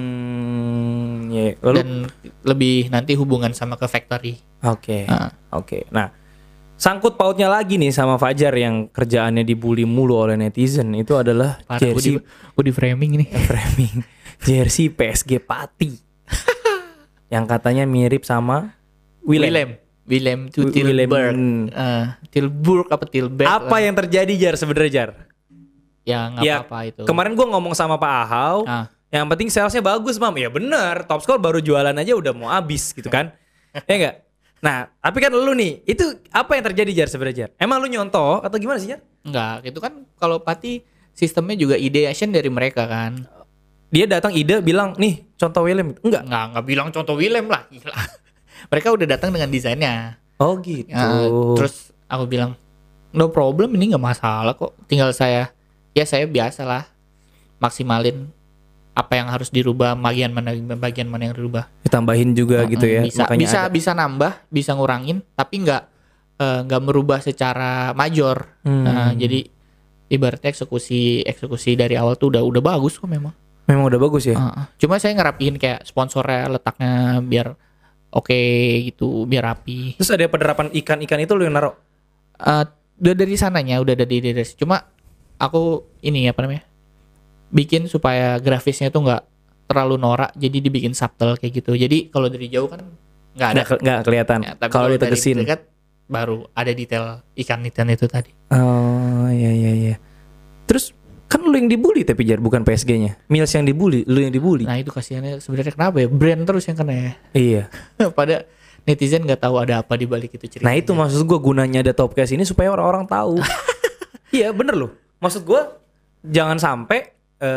Dan lebih nanti hubungan sama ke factory. Oke. Nah, sangkut pautnya lagi nih sama Fajar yang kerjaannya dibully mulu oleh netizen itu adalah jersey. Gue di framing ini. Framing jersey PSG Pati yang katanya mirip sama Willem Tilburg. Tilburg apa Tilburg? Apa yang terjadi Jar sebenarnya Jar? Ya nggak apa-apa itu. Kemarin gue ngomong sama Pak Ahau, yang penting salesnya bagus Mam. Ya bener, top score baru jualan aja udah mau habis gitu kan? Ya enggak? Nah, tapi kan lu nih, itu apa yang terjadi Jar sebenarnya Jar? Emang lu nyontoh atau gimana sih Jar? Enggak, itu kan kalau Pati sistemnya juga ideation dari mereka kan. Dia datang ide bilang, nih contoh Willem. Enggak bilang contoh Willem lah. Gila. Mereka udah datang dengan desainnya. Oh gitu. Terus aku bilang, no problem, ini nggak masalah kok. Tinggal saya biasalah maksimalin apa yang harus dirubah, bagian mana yang dirubah. Ditambahin juga gitu ya. Bisa nambah, bisa ngurangin, tapi nggak merubah secara major. Jadi ibaratnya eksekusi dari awal tuh udah bagus kok memang. Memang udah bagus ya. Cuma saya ngerapihin kayak sponsornya letaknya biar oke gitu, biar rapi. Terus ada penerapan ikan itu lu yang naruh? Udah dari sananya, udah dari cuma aku ini apa namanya? Bikin supaya grafisnya tuh nggak terlalu norak, jadi dibikin subtle kayak gitu. Jadi kalau dari jauh kan nggak kelihatan. Ya, tapi kalau ditegesin dari dekat baru ada detail ikan itu tadi. Oh iya. Terus kan lu yang dibully tapi Jar, bukan PSG-nya. Mills yang dibully, lu yang dibully. Nah itu kasihannya sebenarnya kenapa ya? Brand terus yang kena ya. Iya. Pada netizen nggak tahu ada apa di balik itu cerita. Nah itu maksud gue gunanya ada Topcast ini supaya orang-orang tahu. Iya bener loh. Maksud gue jangan sampai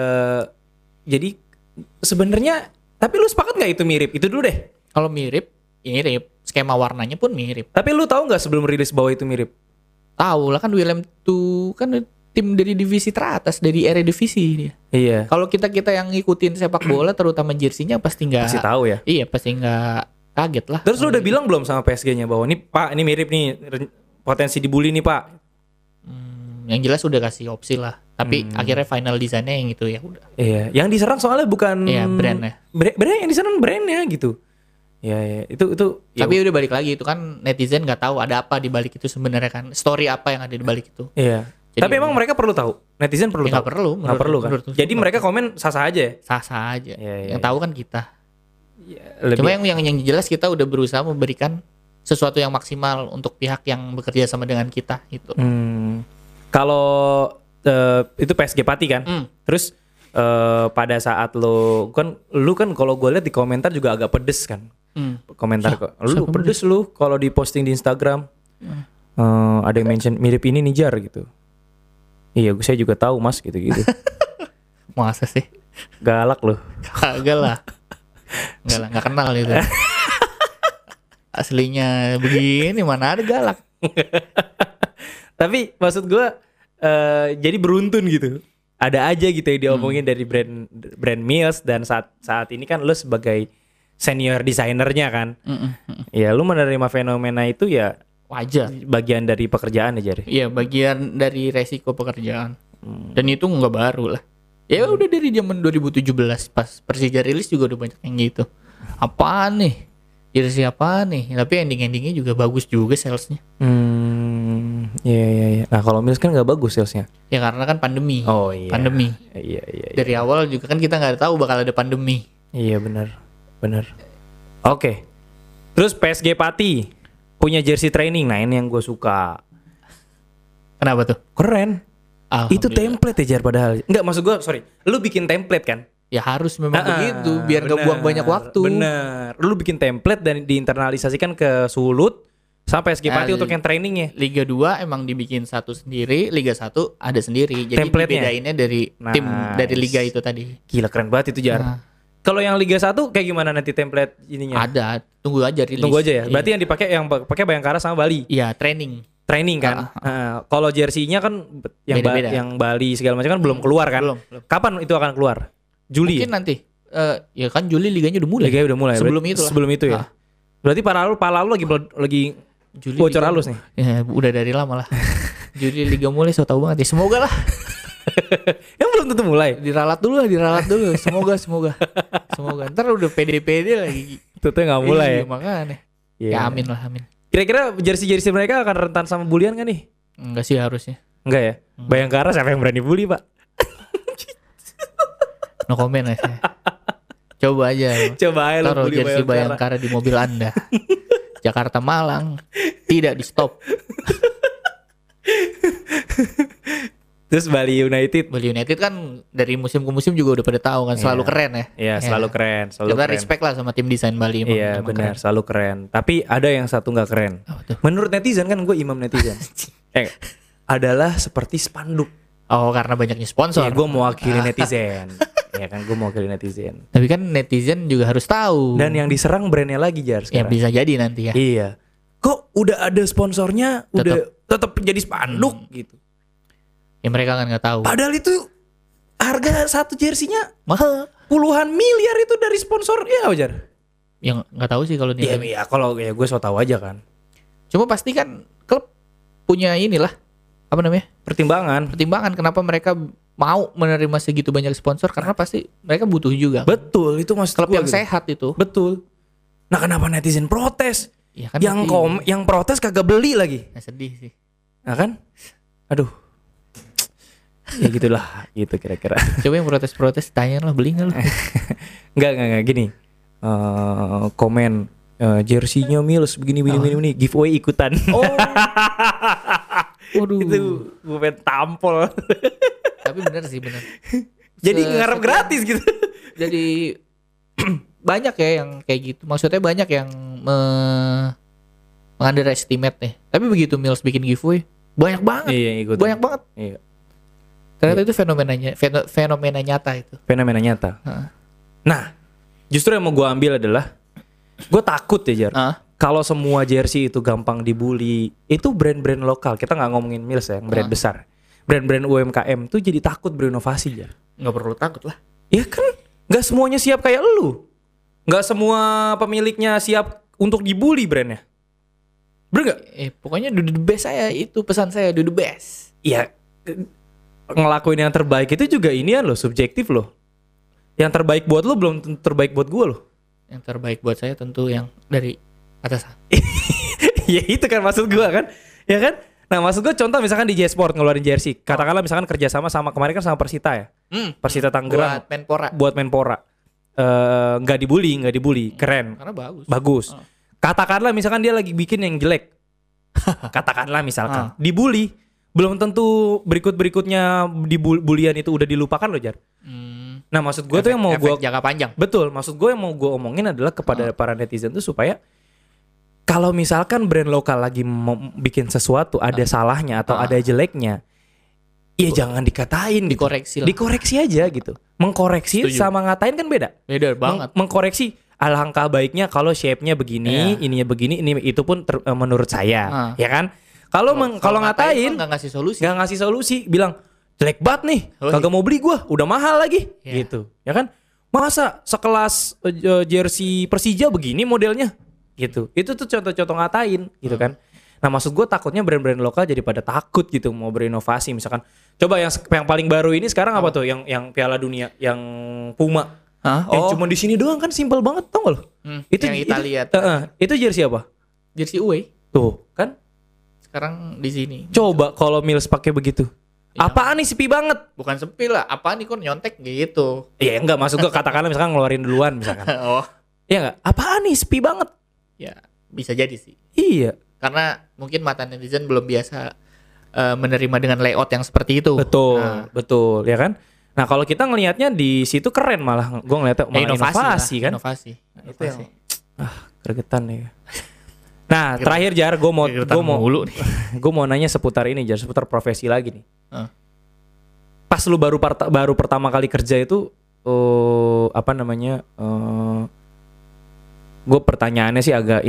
jadi sebenarnya. Tapi lu sepakat nggak itu mirip? Itu dulu deh. Kalau mirip, skema warnanya pun mirip. Tapi lu tahu nggak sebelum rilis bahwa itu mirip? Tahu lah kan, Willem tuh kan tim dari divisi teratas, dari Eredivisie dia. Iya. Kalau kita yang ngikutin sepak bola terutama jersinya pasti tahu ya. Iya, pasti nggak kaget lah. Terus lu udah bilang belum sama PSG-nya bahwa ini Pak, ini mirip nih, potensi dibully nih Pak? Yang jelas udah kasih opsi lah. Tapi akhirnya final desainnya yang itu ya udah. Iya, yang diserang soalnya bukan brandnya. Brand yang diserang brandnya gitu. Ya, itu. Tapi udah balik lagi, itu kan netizen nggak tahu ada apa di balik itu sebenarnya kan. Story apa yang ada di balik itu. Iya. Jadi, tapi emang mereka perlu tahu. Netizen perlu tahu. Nggak perlu kan. Jadi mereka komen sah-sah aja ya. Sah-sah aja. Ya, yang tahu kan kita. Ya, cuma yang jelas kita udah berusaha memberikan sesuatu yang maksimal untuk pihak yang bekerja sama dengan kita gitu. Kalau itu PSG Pati kan. Terus pada saat lu kan kalau gue lihat di komentar juga agak pedes kan. Komentar kok. Lu pedes lu kalau di posting di Instagram. Ada yang mention mirip ini nih Jar gitu. Iya, saya juga tahu Mas gitu-gitu. Masa sih? Galak loh. Kagak lah. Enggak lah, enggak kenal itu. Aslinya begini mana ada galak. Tapi maksud gue jadi beruntun gitu. Ada aja gitu yang diomongin dari brand Mills, dan saat ini kan lo sebagai senior desainernya kan. Ya lo menerima fenomena itu ya wajar, bagian dari pekerjaan aja. Iya, bagian dari resiko pekerjaan. Dan itu nggak baru lah. Ya udah dari zaman 2017 pas Persija rilis juga udah banyak yang gitu. Apaan nih? Jersey apa nih? Tapi endingnya juga bagus juga salesnya. Iya. Nah kalau Mills kan nggak bagus salesnya. Ya karena kan pandemi. Oh iya. Pandemi. Iya. Dari awal juga kan kita nggak tahu bakal ada pandemi. Iya benar. Oke. Terus PSG Pati punya jersey training. Nah ini yang gue suka. Kenapa tuh? Keren. Itu template ya Jar padahal. Enggak, maksud gue sorry. Lu bikin template kan? Ya harus memang begitu biar gak buang banyak waktu. Bener. Lu bikin template dan diinternalisasikan ke Sulut. Sampai SG Pati untuk yang trainingnya. Liga 2 emang dibikin satu sendiri, Liga 1 ada sendiri. Jadi dibedainnya dari tim dari liga itu tadi. Gila keren banget itu Jar. Kalau yang Liga 1 kayak gimana nanti template ininya? Ada, tunggu aja rilis. Tunggu aja ya. Berarti yang dipakai yang pakai Bayangkara sama Bali. Iya, training kan. Kalau jersey-nya kan yang yang Bali segala macam kan belum keluar kan? Belum. Kapan itu akan keluar? Juli. Mungkin nanti. Ya kan Juli liganya udah mulai. Liganya udah mulai. Sebelum itu ya. Berarti pala lu lagi Juli bocor halus nih. Ya, udah dari lama lah. Juli liga mulai, so tau banget ya. Semoga lah. Yang belum tentu mulai. Diralat dulu. Semoga. Ntar udah pede lagi. Tuh nggak mulai. Iya, makanya. Ya amin. Kira-kira jersey mereka akan rentan sama bulian kan nih? Enggak sih harusnya. Enggak ya? Bayangkara siapa yang berani bully, Pak? No comment ya. Coba aja lo taruh jersey Bayangkara di mobil Anda. Jakarta Malang tidak di stop. Terus Bali United kan dari musim ke musim juga udah pada tahu kan selalu keren ya. Iya, selalu keren. Kita respect lah sama tim desain Bali. Iya benar, selalu keren. Tapi ada yang satu nggak keren. Menurut netizen kan gue imam netizen. Adalah seperti spanduk. Oh karena banyaknya sponsor. Iya, gue mewakili netizen. Ya kan, gue mewakili netizen. Tapi kan netizen juga harus tahu. Dan yang diserang brandnya lagi Jar sekarang. Ya bisa jadi nanti ya. Iya. Kok udah ada sponsornya, udah tetap jadi spanduk gitu. Ya mereka kan nggak tahu. Padahal itu harga satu jersinya mahal, puluhan miliar itu dari sponsor ya Jar. Yang nggak tahu sih kalau dia. Iya, kalau ya gue so tahu aja kan. Cuma pasti kan klub punya inilah apa namanya pertimbangan kenapa mereka mau menerima segitu banyak sponsor karena pasti mereka butuh juga. Betul, itu maksud klub yang gitu. Sehat itu. Betul. Nah kenapa netizen protes? Ya kan yang protes kagak beli lagi. Ya, sedih sih. Nah kan? Aduh. Ya gitulah, gitu kira-kira. Coba yang protes tanya lah beli nggak lo? Enggak gini. Komen jersey-nya Mills begini giveaway ikutan. Oh. Waduh. Itu gue pengen tampol. Tapi bener. Jadi ngarep gratis gitu. Jadi banyak ya yang kayak gitu. Maksudnya banyak yang underestimate nih. Tapi begitu Mills bikin giveaway, banyak banget. Iya, ikutan. Banyak banget. Iya. Ternyata itu fenomena nyata itu. Fenomena nyata. Nah, justru yang mau gue ambil adalah gue takut ya Jar. Kalau semua jersey itu gampang dibully, itu brand-brand lokal. Kita nggak ngomongin Mills ya, yang brand besar. Brand-brand UMKM tuh jadi takut berinovasi ya. Nggak perlu takut lah. Ya kan, nggak semuanya siap kayak lu. Nggak semua pemiliknya siap untuk dibully brandnya. Bener nggak? Pokoknya do the best saya itu pesan saya, do the best. Iya, ngelakuin yang terbaik itu juga inian loh, subjektif loh. Yang terbaik buat lu belum tentu terbaik buat gue loh. Yang terbaik buat saya tentu yang dari atasan. Ya itu kan maksud gue kan, ya kan? Nah maksud gue contoh misalkan di J-Sport ngeluarin jersey, katakanlah misalkan kerjasama sama kemarin kan sama Persita ya, Persita Tangerang buat Menpora, nggak dibully, keren, karena bagus. Katakanlah misalkan dia lagi bikin yang jelek, katakanlah misalkan dibully, belum tentu berikutnya di bulian itu udah dilupakan loh Jar. Nah maksud gue tuh yang mau gue jangka panjang. Betul, maksud gue yang mau gue omongin adalah kepada para netizen tuh supaya kalau misalkan brand lokal lagi mau bikin sesuatu ada salahnya atau ada jeleknya, ya jangan dikatain, dikoreksi gitu. Dikoreksi aja gitu. Mengkoreksi sama ngatain kan beda. Beda banget. Mengkoreksi alangkah baiknya kalau shape-nya begini, ininya begini, ini itu pun menurut saya, ya kan? Kalau ngatain nggak ngasih solusi, bilang jelek banget nih, kagak mau beli gua, udah mahal lagi, gitu, ya kan? Masa sekelas jersey Persija begini modelnya, gitu. Itu tuh contoh-contoh ngatain, gitu kan? Nah maksud gue takutnya brand-brand lokal jadi pada takut gitu mau berinovasi, misalkan. Coba yang paling baru ini sekarang apa tuh? Yang Piala Dunia, yang Puma. Cuma di sini doang kan, simpel banget, tau gak lo? Itu yang Italia. Itu jersey apa? Jersey away. Tuh kan? Sekarang di sini. Coba kalau Mills pakai begitu. Apaan nih sepi banget? Bukan sepi lah, apaan nih kok nyontek gitu. Iya enggak, maksud gue katakanlah misalkan ngeluarin duluan misalkan. Iya enggak? Apaan nih sepi banget? Ya bisa jadi sih. Iya. Karena mungkin mata netizen belum biasa menerima dengan layout yang seperti itu. Betul, ya kan? Nah kalau kita ngelihatnya di situ keren, malah gue ngeliatnya malah inovasi kan? Inovasi. Itu yang gregetan ya. Nah, terakhir Jar, gue mau gue mau nanya seputar ini Jar, seputar profesi lagi nih. Pas lu baru pertama kali kerja itu gue pertanyaannya sih agak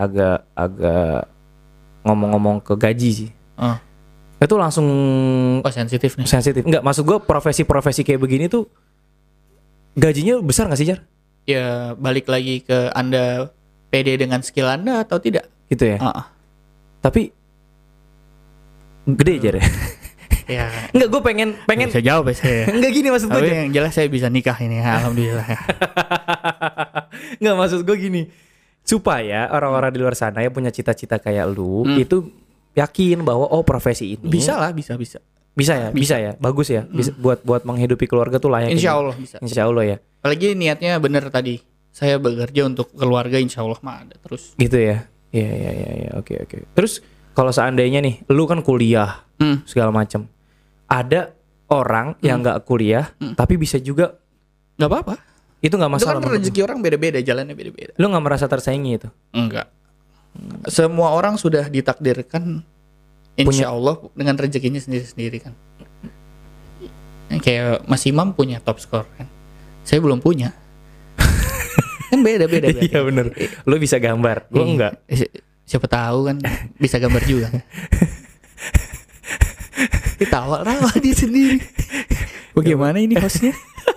ngomong-ngomong ke gaji sih. Itu langsung sensitif nih. Sensitif. Enggak, maksud gue profesi kayak begini tuh gajinya besar gak sih Jar? Ya balik lagi ke Anda pede dengan skill Anda atau tidak? Gitu ya. Tapi gede Jar ya. Ya. Enggak, gue pengen bisa jawab ya saya. Enggak gini maksud gue. Tapi yang jelas saya bisa nikah ini, alhamdulillah. Enggak, maksud gue gini. Supaya orang-orang di luar sana yang punya cita-cita kayak lu itu yakin bahwa profesi ini bisa lah, bisa. Bisa ya. Bagus ya. Bisa buat menghidupi keluarga tuh layak. Insyaallah bisa. Insyaallah ya. Apalagi niatnya bener tadi. Saya bekerja untuk keluarga, insyaallah mah ada terus. Gitu ya. Iya. Oke. Terus kalau seandainya nih, lu kan kuliah segala macam. Ada orang yang nggak kuliah tapi bisa juga nggak apa-apa. Itu nggak masalah. Itu kan rezeki orang beda-beda, jalannya beda-beda. Lu nggak merasa tersaingi itu? Enggak. Semua orang sudah ditakdirkan insya Allah dengan rezekinya sendiri-sendiri kan. Kayak Mas Imam punya top score kan. Saya belum punya. Kan beda-beda. Iya benar. Lu bisa gambar, gua enggak. Siapa tahu kan bisa gambar juga. Ketawa dia sendiri. Bagaimana ini hostnya?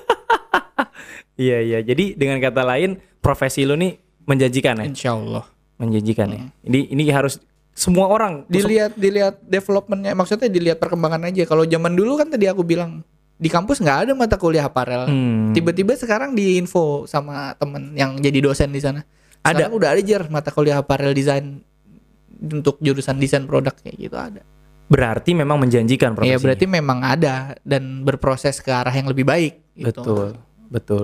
Iya. Jadi dengan kata lain, profesi lu nih menjanjikan ya? Insya Allah. Menjanjikan ya. Ini harus semua orang dilihat developmentnya, maksudnya dilihat perkembangan aja. Kalau zaman dulu kan tadi aku bilang di kampus nggak ada mata kuliah aparel. Tiba-tiba sekarang diinfo sama temen yang jadi dosen di sana. Sekarang udah ada Jar mata kuliah aparel desain untuk jurusan desain produk kayak gitu ada. Berarti memang menjanjikan profesinya. Iya, berarti memang ada dan berproses ke arah yang lebih baik gitu. Betul.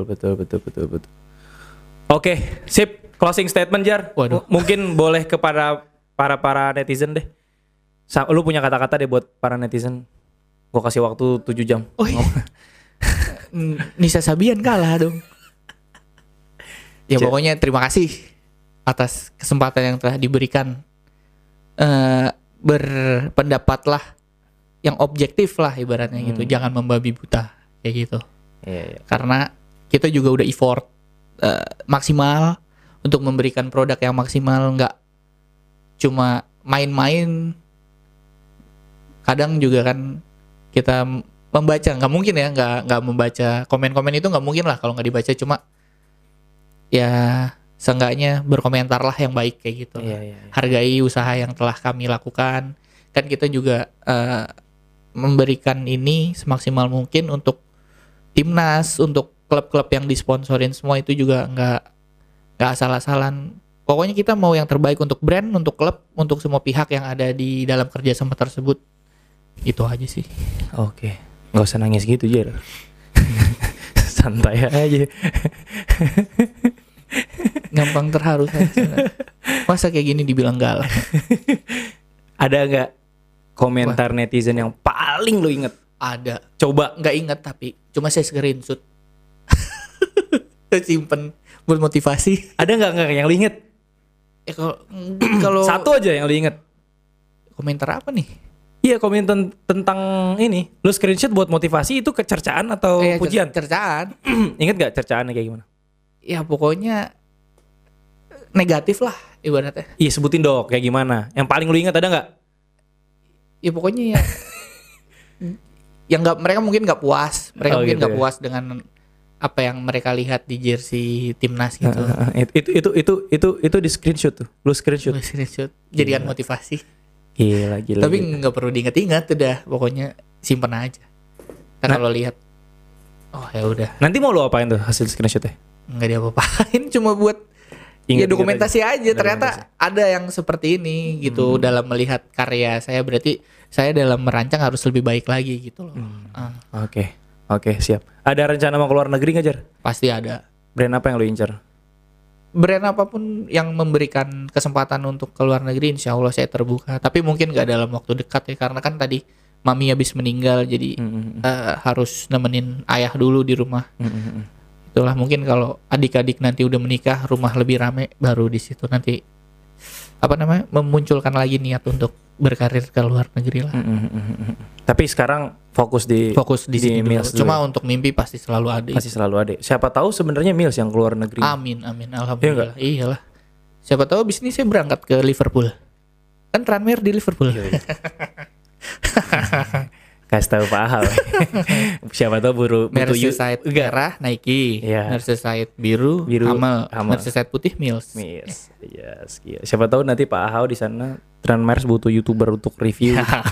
Oke, sip. Closing statement Jar. Waduh. Mungkin boleh kepada para netizen deh. Lu punya kata-kata deh buat para netizen. Gua kasih waktu 7 jam. Oh iya. Nisa Sabian kalah dong. Ya pokoknya terima kasih atas kesempatan yang telah diberikan. Berpendapatlah yang objektif lah ibaratnya gitu. Jangan membabi buta kayak gitu. Iya. Karena kita juga udah effort maksimal untuk memberikan produk yang maksimal, nggak cuma main-main. Kadang juga kan kita membaca, nggak mungkin ya nggak membaca komen-komen itu, nggak mungkin lah kalau nggak dibaca. Cuma ya seenggaknya berkomentar lah yang baik kayak gitu. Iya. Hargai usaha yang telah kami lakukan. Kan kita juga memberikan ini semaksimal mungkin untuk timnas, untuk klub-klub yang disponsorin semua itu juga nggak asal-asalan. Pokoknya kita mau yang terbaik untuk brand, untuk klub, untuk semua pihak yang ada di dalam kerjasama tersebut. Itu aja sih. Oke, nggak usah nangis gitu Jar. Santai aja. Gampang terharu saya. Masa kayak gini dibilang galak. Ada nggak komentar netizen yang paling lo inget? Ada. Coba. Nggak inget tapi cuma saya screenshot. Simpen buat motivasi. Ada nggak yang lo inget? Kalau satu aja yang lo inget. Komentar apa nih? Iya, komentar tentang ini. Lo screenshot buat motivasi itu kecercaan atau pujian? Cercaan. Ingat gak cercaannya kayak gimana? Ya pokoknya negatif lah ibaratnya. Iya, sebutin dong kayak gimana. Yang paling lu ingat ada gak? Ya pokoknya ya yang mereka mungkin gak puas. Mereka mungkin gak puas dengan apa yang mereka lihat di jersey timnas gitu. Itu di screenshot tuh. Lu screenshot. Jadikan motivasi. Gila. Tapi nggak perlu diingat-ingat, udah pokoknya simpen aja. Kalau lihat, oh ya udah. Nanti mau lo apain tuh hasil screenshotnya? Nggak diapa-apain, cuma buat ya dokumentasi aja. Ternyata ada yang seperti ini gitu dalam melihat karya saya. Berarti saya dalam merancang harus lebih baik lagi gitu loh. Oke, siap. Ada rencana mau keluar negeri nggak Jar? Pasti ada. Brand apa yang lo incar? Brand apapun yang memberikan kesempatan untuk keluar negeri, insya Allah saya terbuka. Tapi mungkin gak dalam waktu dekat ya, karena kan tadi mami habis meninggal, jadi harus nemenin ayah dulu di rumah. Itulah mungkin kalau adik-adik nanti udah menikah, rumah lebih rame, baru di situ nanti memunculkan lagi niat untuk berkarir ke luar negeri lah. Tapi sekarang fokus di sini Mills dulu. Cuma untuk mimpi pasti selalu ada. Pasti selalu ada. Siapa tahu sebenarnya Mills yang keluar negeri. Amin, alhamdulillah. Iyalah. Siapa tahu abis ini saya berangkat ke Liverpool. Kan Tranmere di Liverpool. Kasih tahu Pak Ahal. Siapa tahu butuh Merseyside merah Nike, Merseyside biru Hamel. Merseyside putih Mills. Yes. Siapa tahu nanti Pak Ahal di sana Tranmere butuh YouTuber untuk review.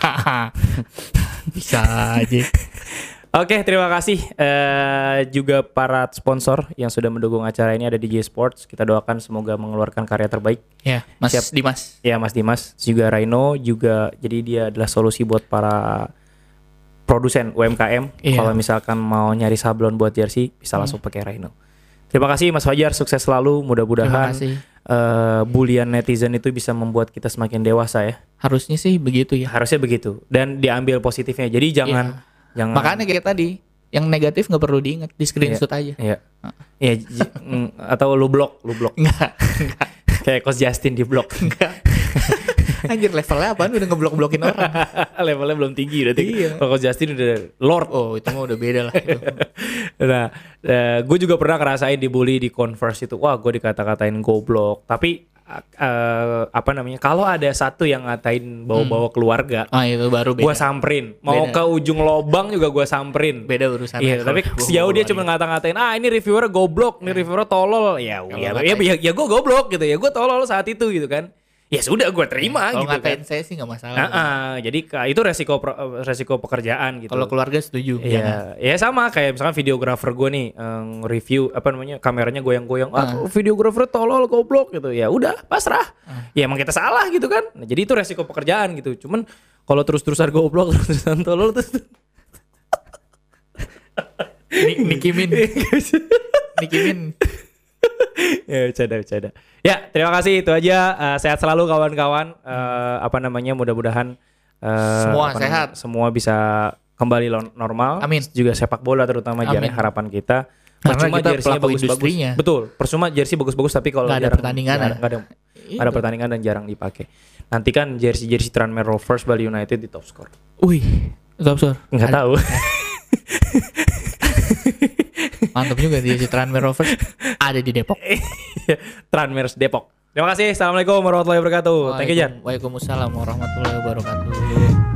Bisa aja. Oke, terima kasih juga para sponsor yang sudah mendukung acara ini ada DJ Sports. Kita doakan semoga mengeluarkan karya terbaik. Ya, Dimas. Ya, Mas Dimas. Juga Rhino juga. Jadi dia adalah solusi buat para produsen UMKM. Kalau misalkan mau nyari sablon buat jersey bisa langsung pakai Rhino. Terima kasih Mas Fajar, sukses selalu. Mudah-mudahan bulian netizen itu bisa membuat kita semakin dewasa ya. Harusnya sih begitu ya. Harusnya begitu. Dan diambil positifnya. Jadi jangan. Makanya kayak tadi, yang negatif nggak perlu diingat, di screenshot aja. Iya. Atau lu blok. Enggak. Kayak Coach Justin di blok. Enggak. Anjir, levelnya apaan udah ngeblok-blokin orang. Levelnya belum tinggi berarti. Kalau Coach Justin udah Lord. Oh, itu mah udah beda lah. Nah, gue juga pernah ngerasain dibully di Converse itu. Wah, gue dikata-katain goblok. Tapi kalau ada satu yang ngatain bawa-bawa keluarga, itu baru beda. Gue samperin. Mau ke ujung lobang juga gue samperin. Beda urusan. Iya, tapi sejauh dia cuma ngata-ngatain, ini reviewer goblok, ini reviewer tolol. Ya gue goblok gitu ya. Gue tolol saat itu gitu kan. Ya sudah gue terima gitu kan. Kalau ngatain saya sih gak masalah. Jadi itu resiko pekerjaan gitu. Kalau keluarga setuju. Iya, ya sama kayak misalkan videografer gue nih review kameranya goyang-goyang. Videografer tolol goblok gitu. Ya udah pasrah. Ya emang kita salah gitu kan. Nah, jadi itu resiko pekerjaan gitu. Cuman kalau terus-terusan goblok terus-terusan tolol terus Nicky Min. Ya bercanda. Ya terima kasih itu aja. Sehat selalu kawan-kawan. Mudah-mudahan sehat. Semua bisa kembali normal. Amin. Juga sepak bola terutama jadi harapan kita. Karena kita pelaku industrinya. Betul. Percuma jersey bagus-bagus tapi kalau nggak ada pertandingan. Ada pertandingan dan jarang dipakai. Nanti kan jersey Tranmere Rovers Bali United di top score. Wih, top score. Nggak tahu. Mantap juga di Tranmere Rovers ada di Depok. Tranmere Depok. Terima kasih. Assalamualaikum warahmatullahi wabarakatuh. Thank you, Jan. Waalaikumsalam warahmatullahi wabarakatuh.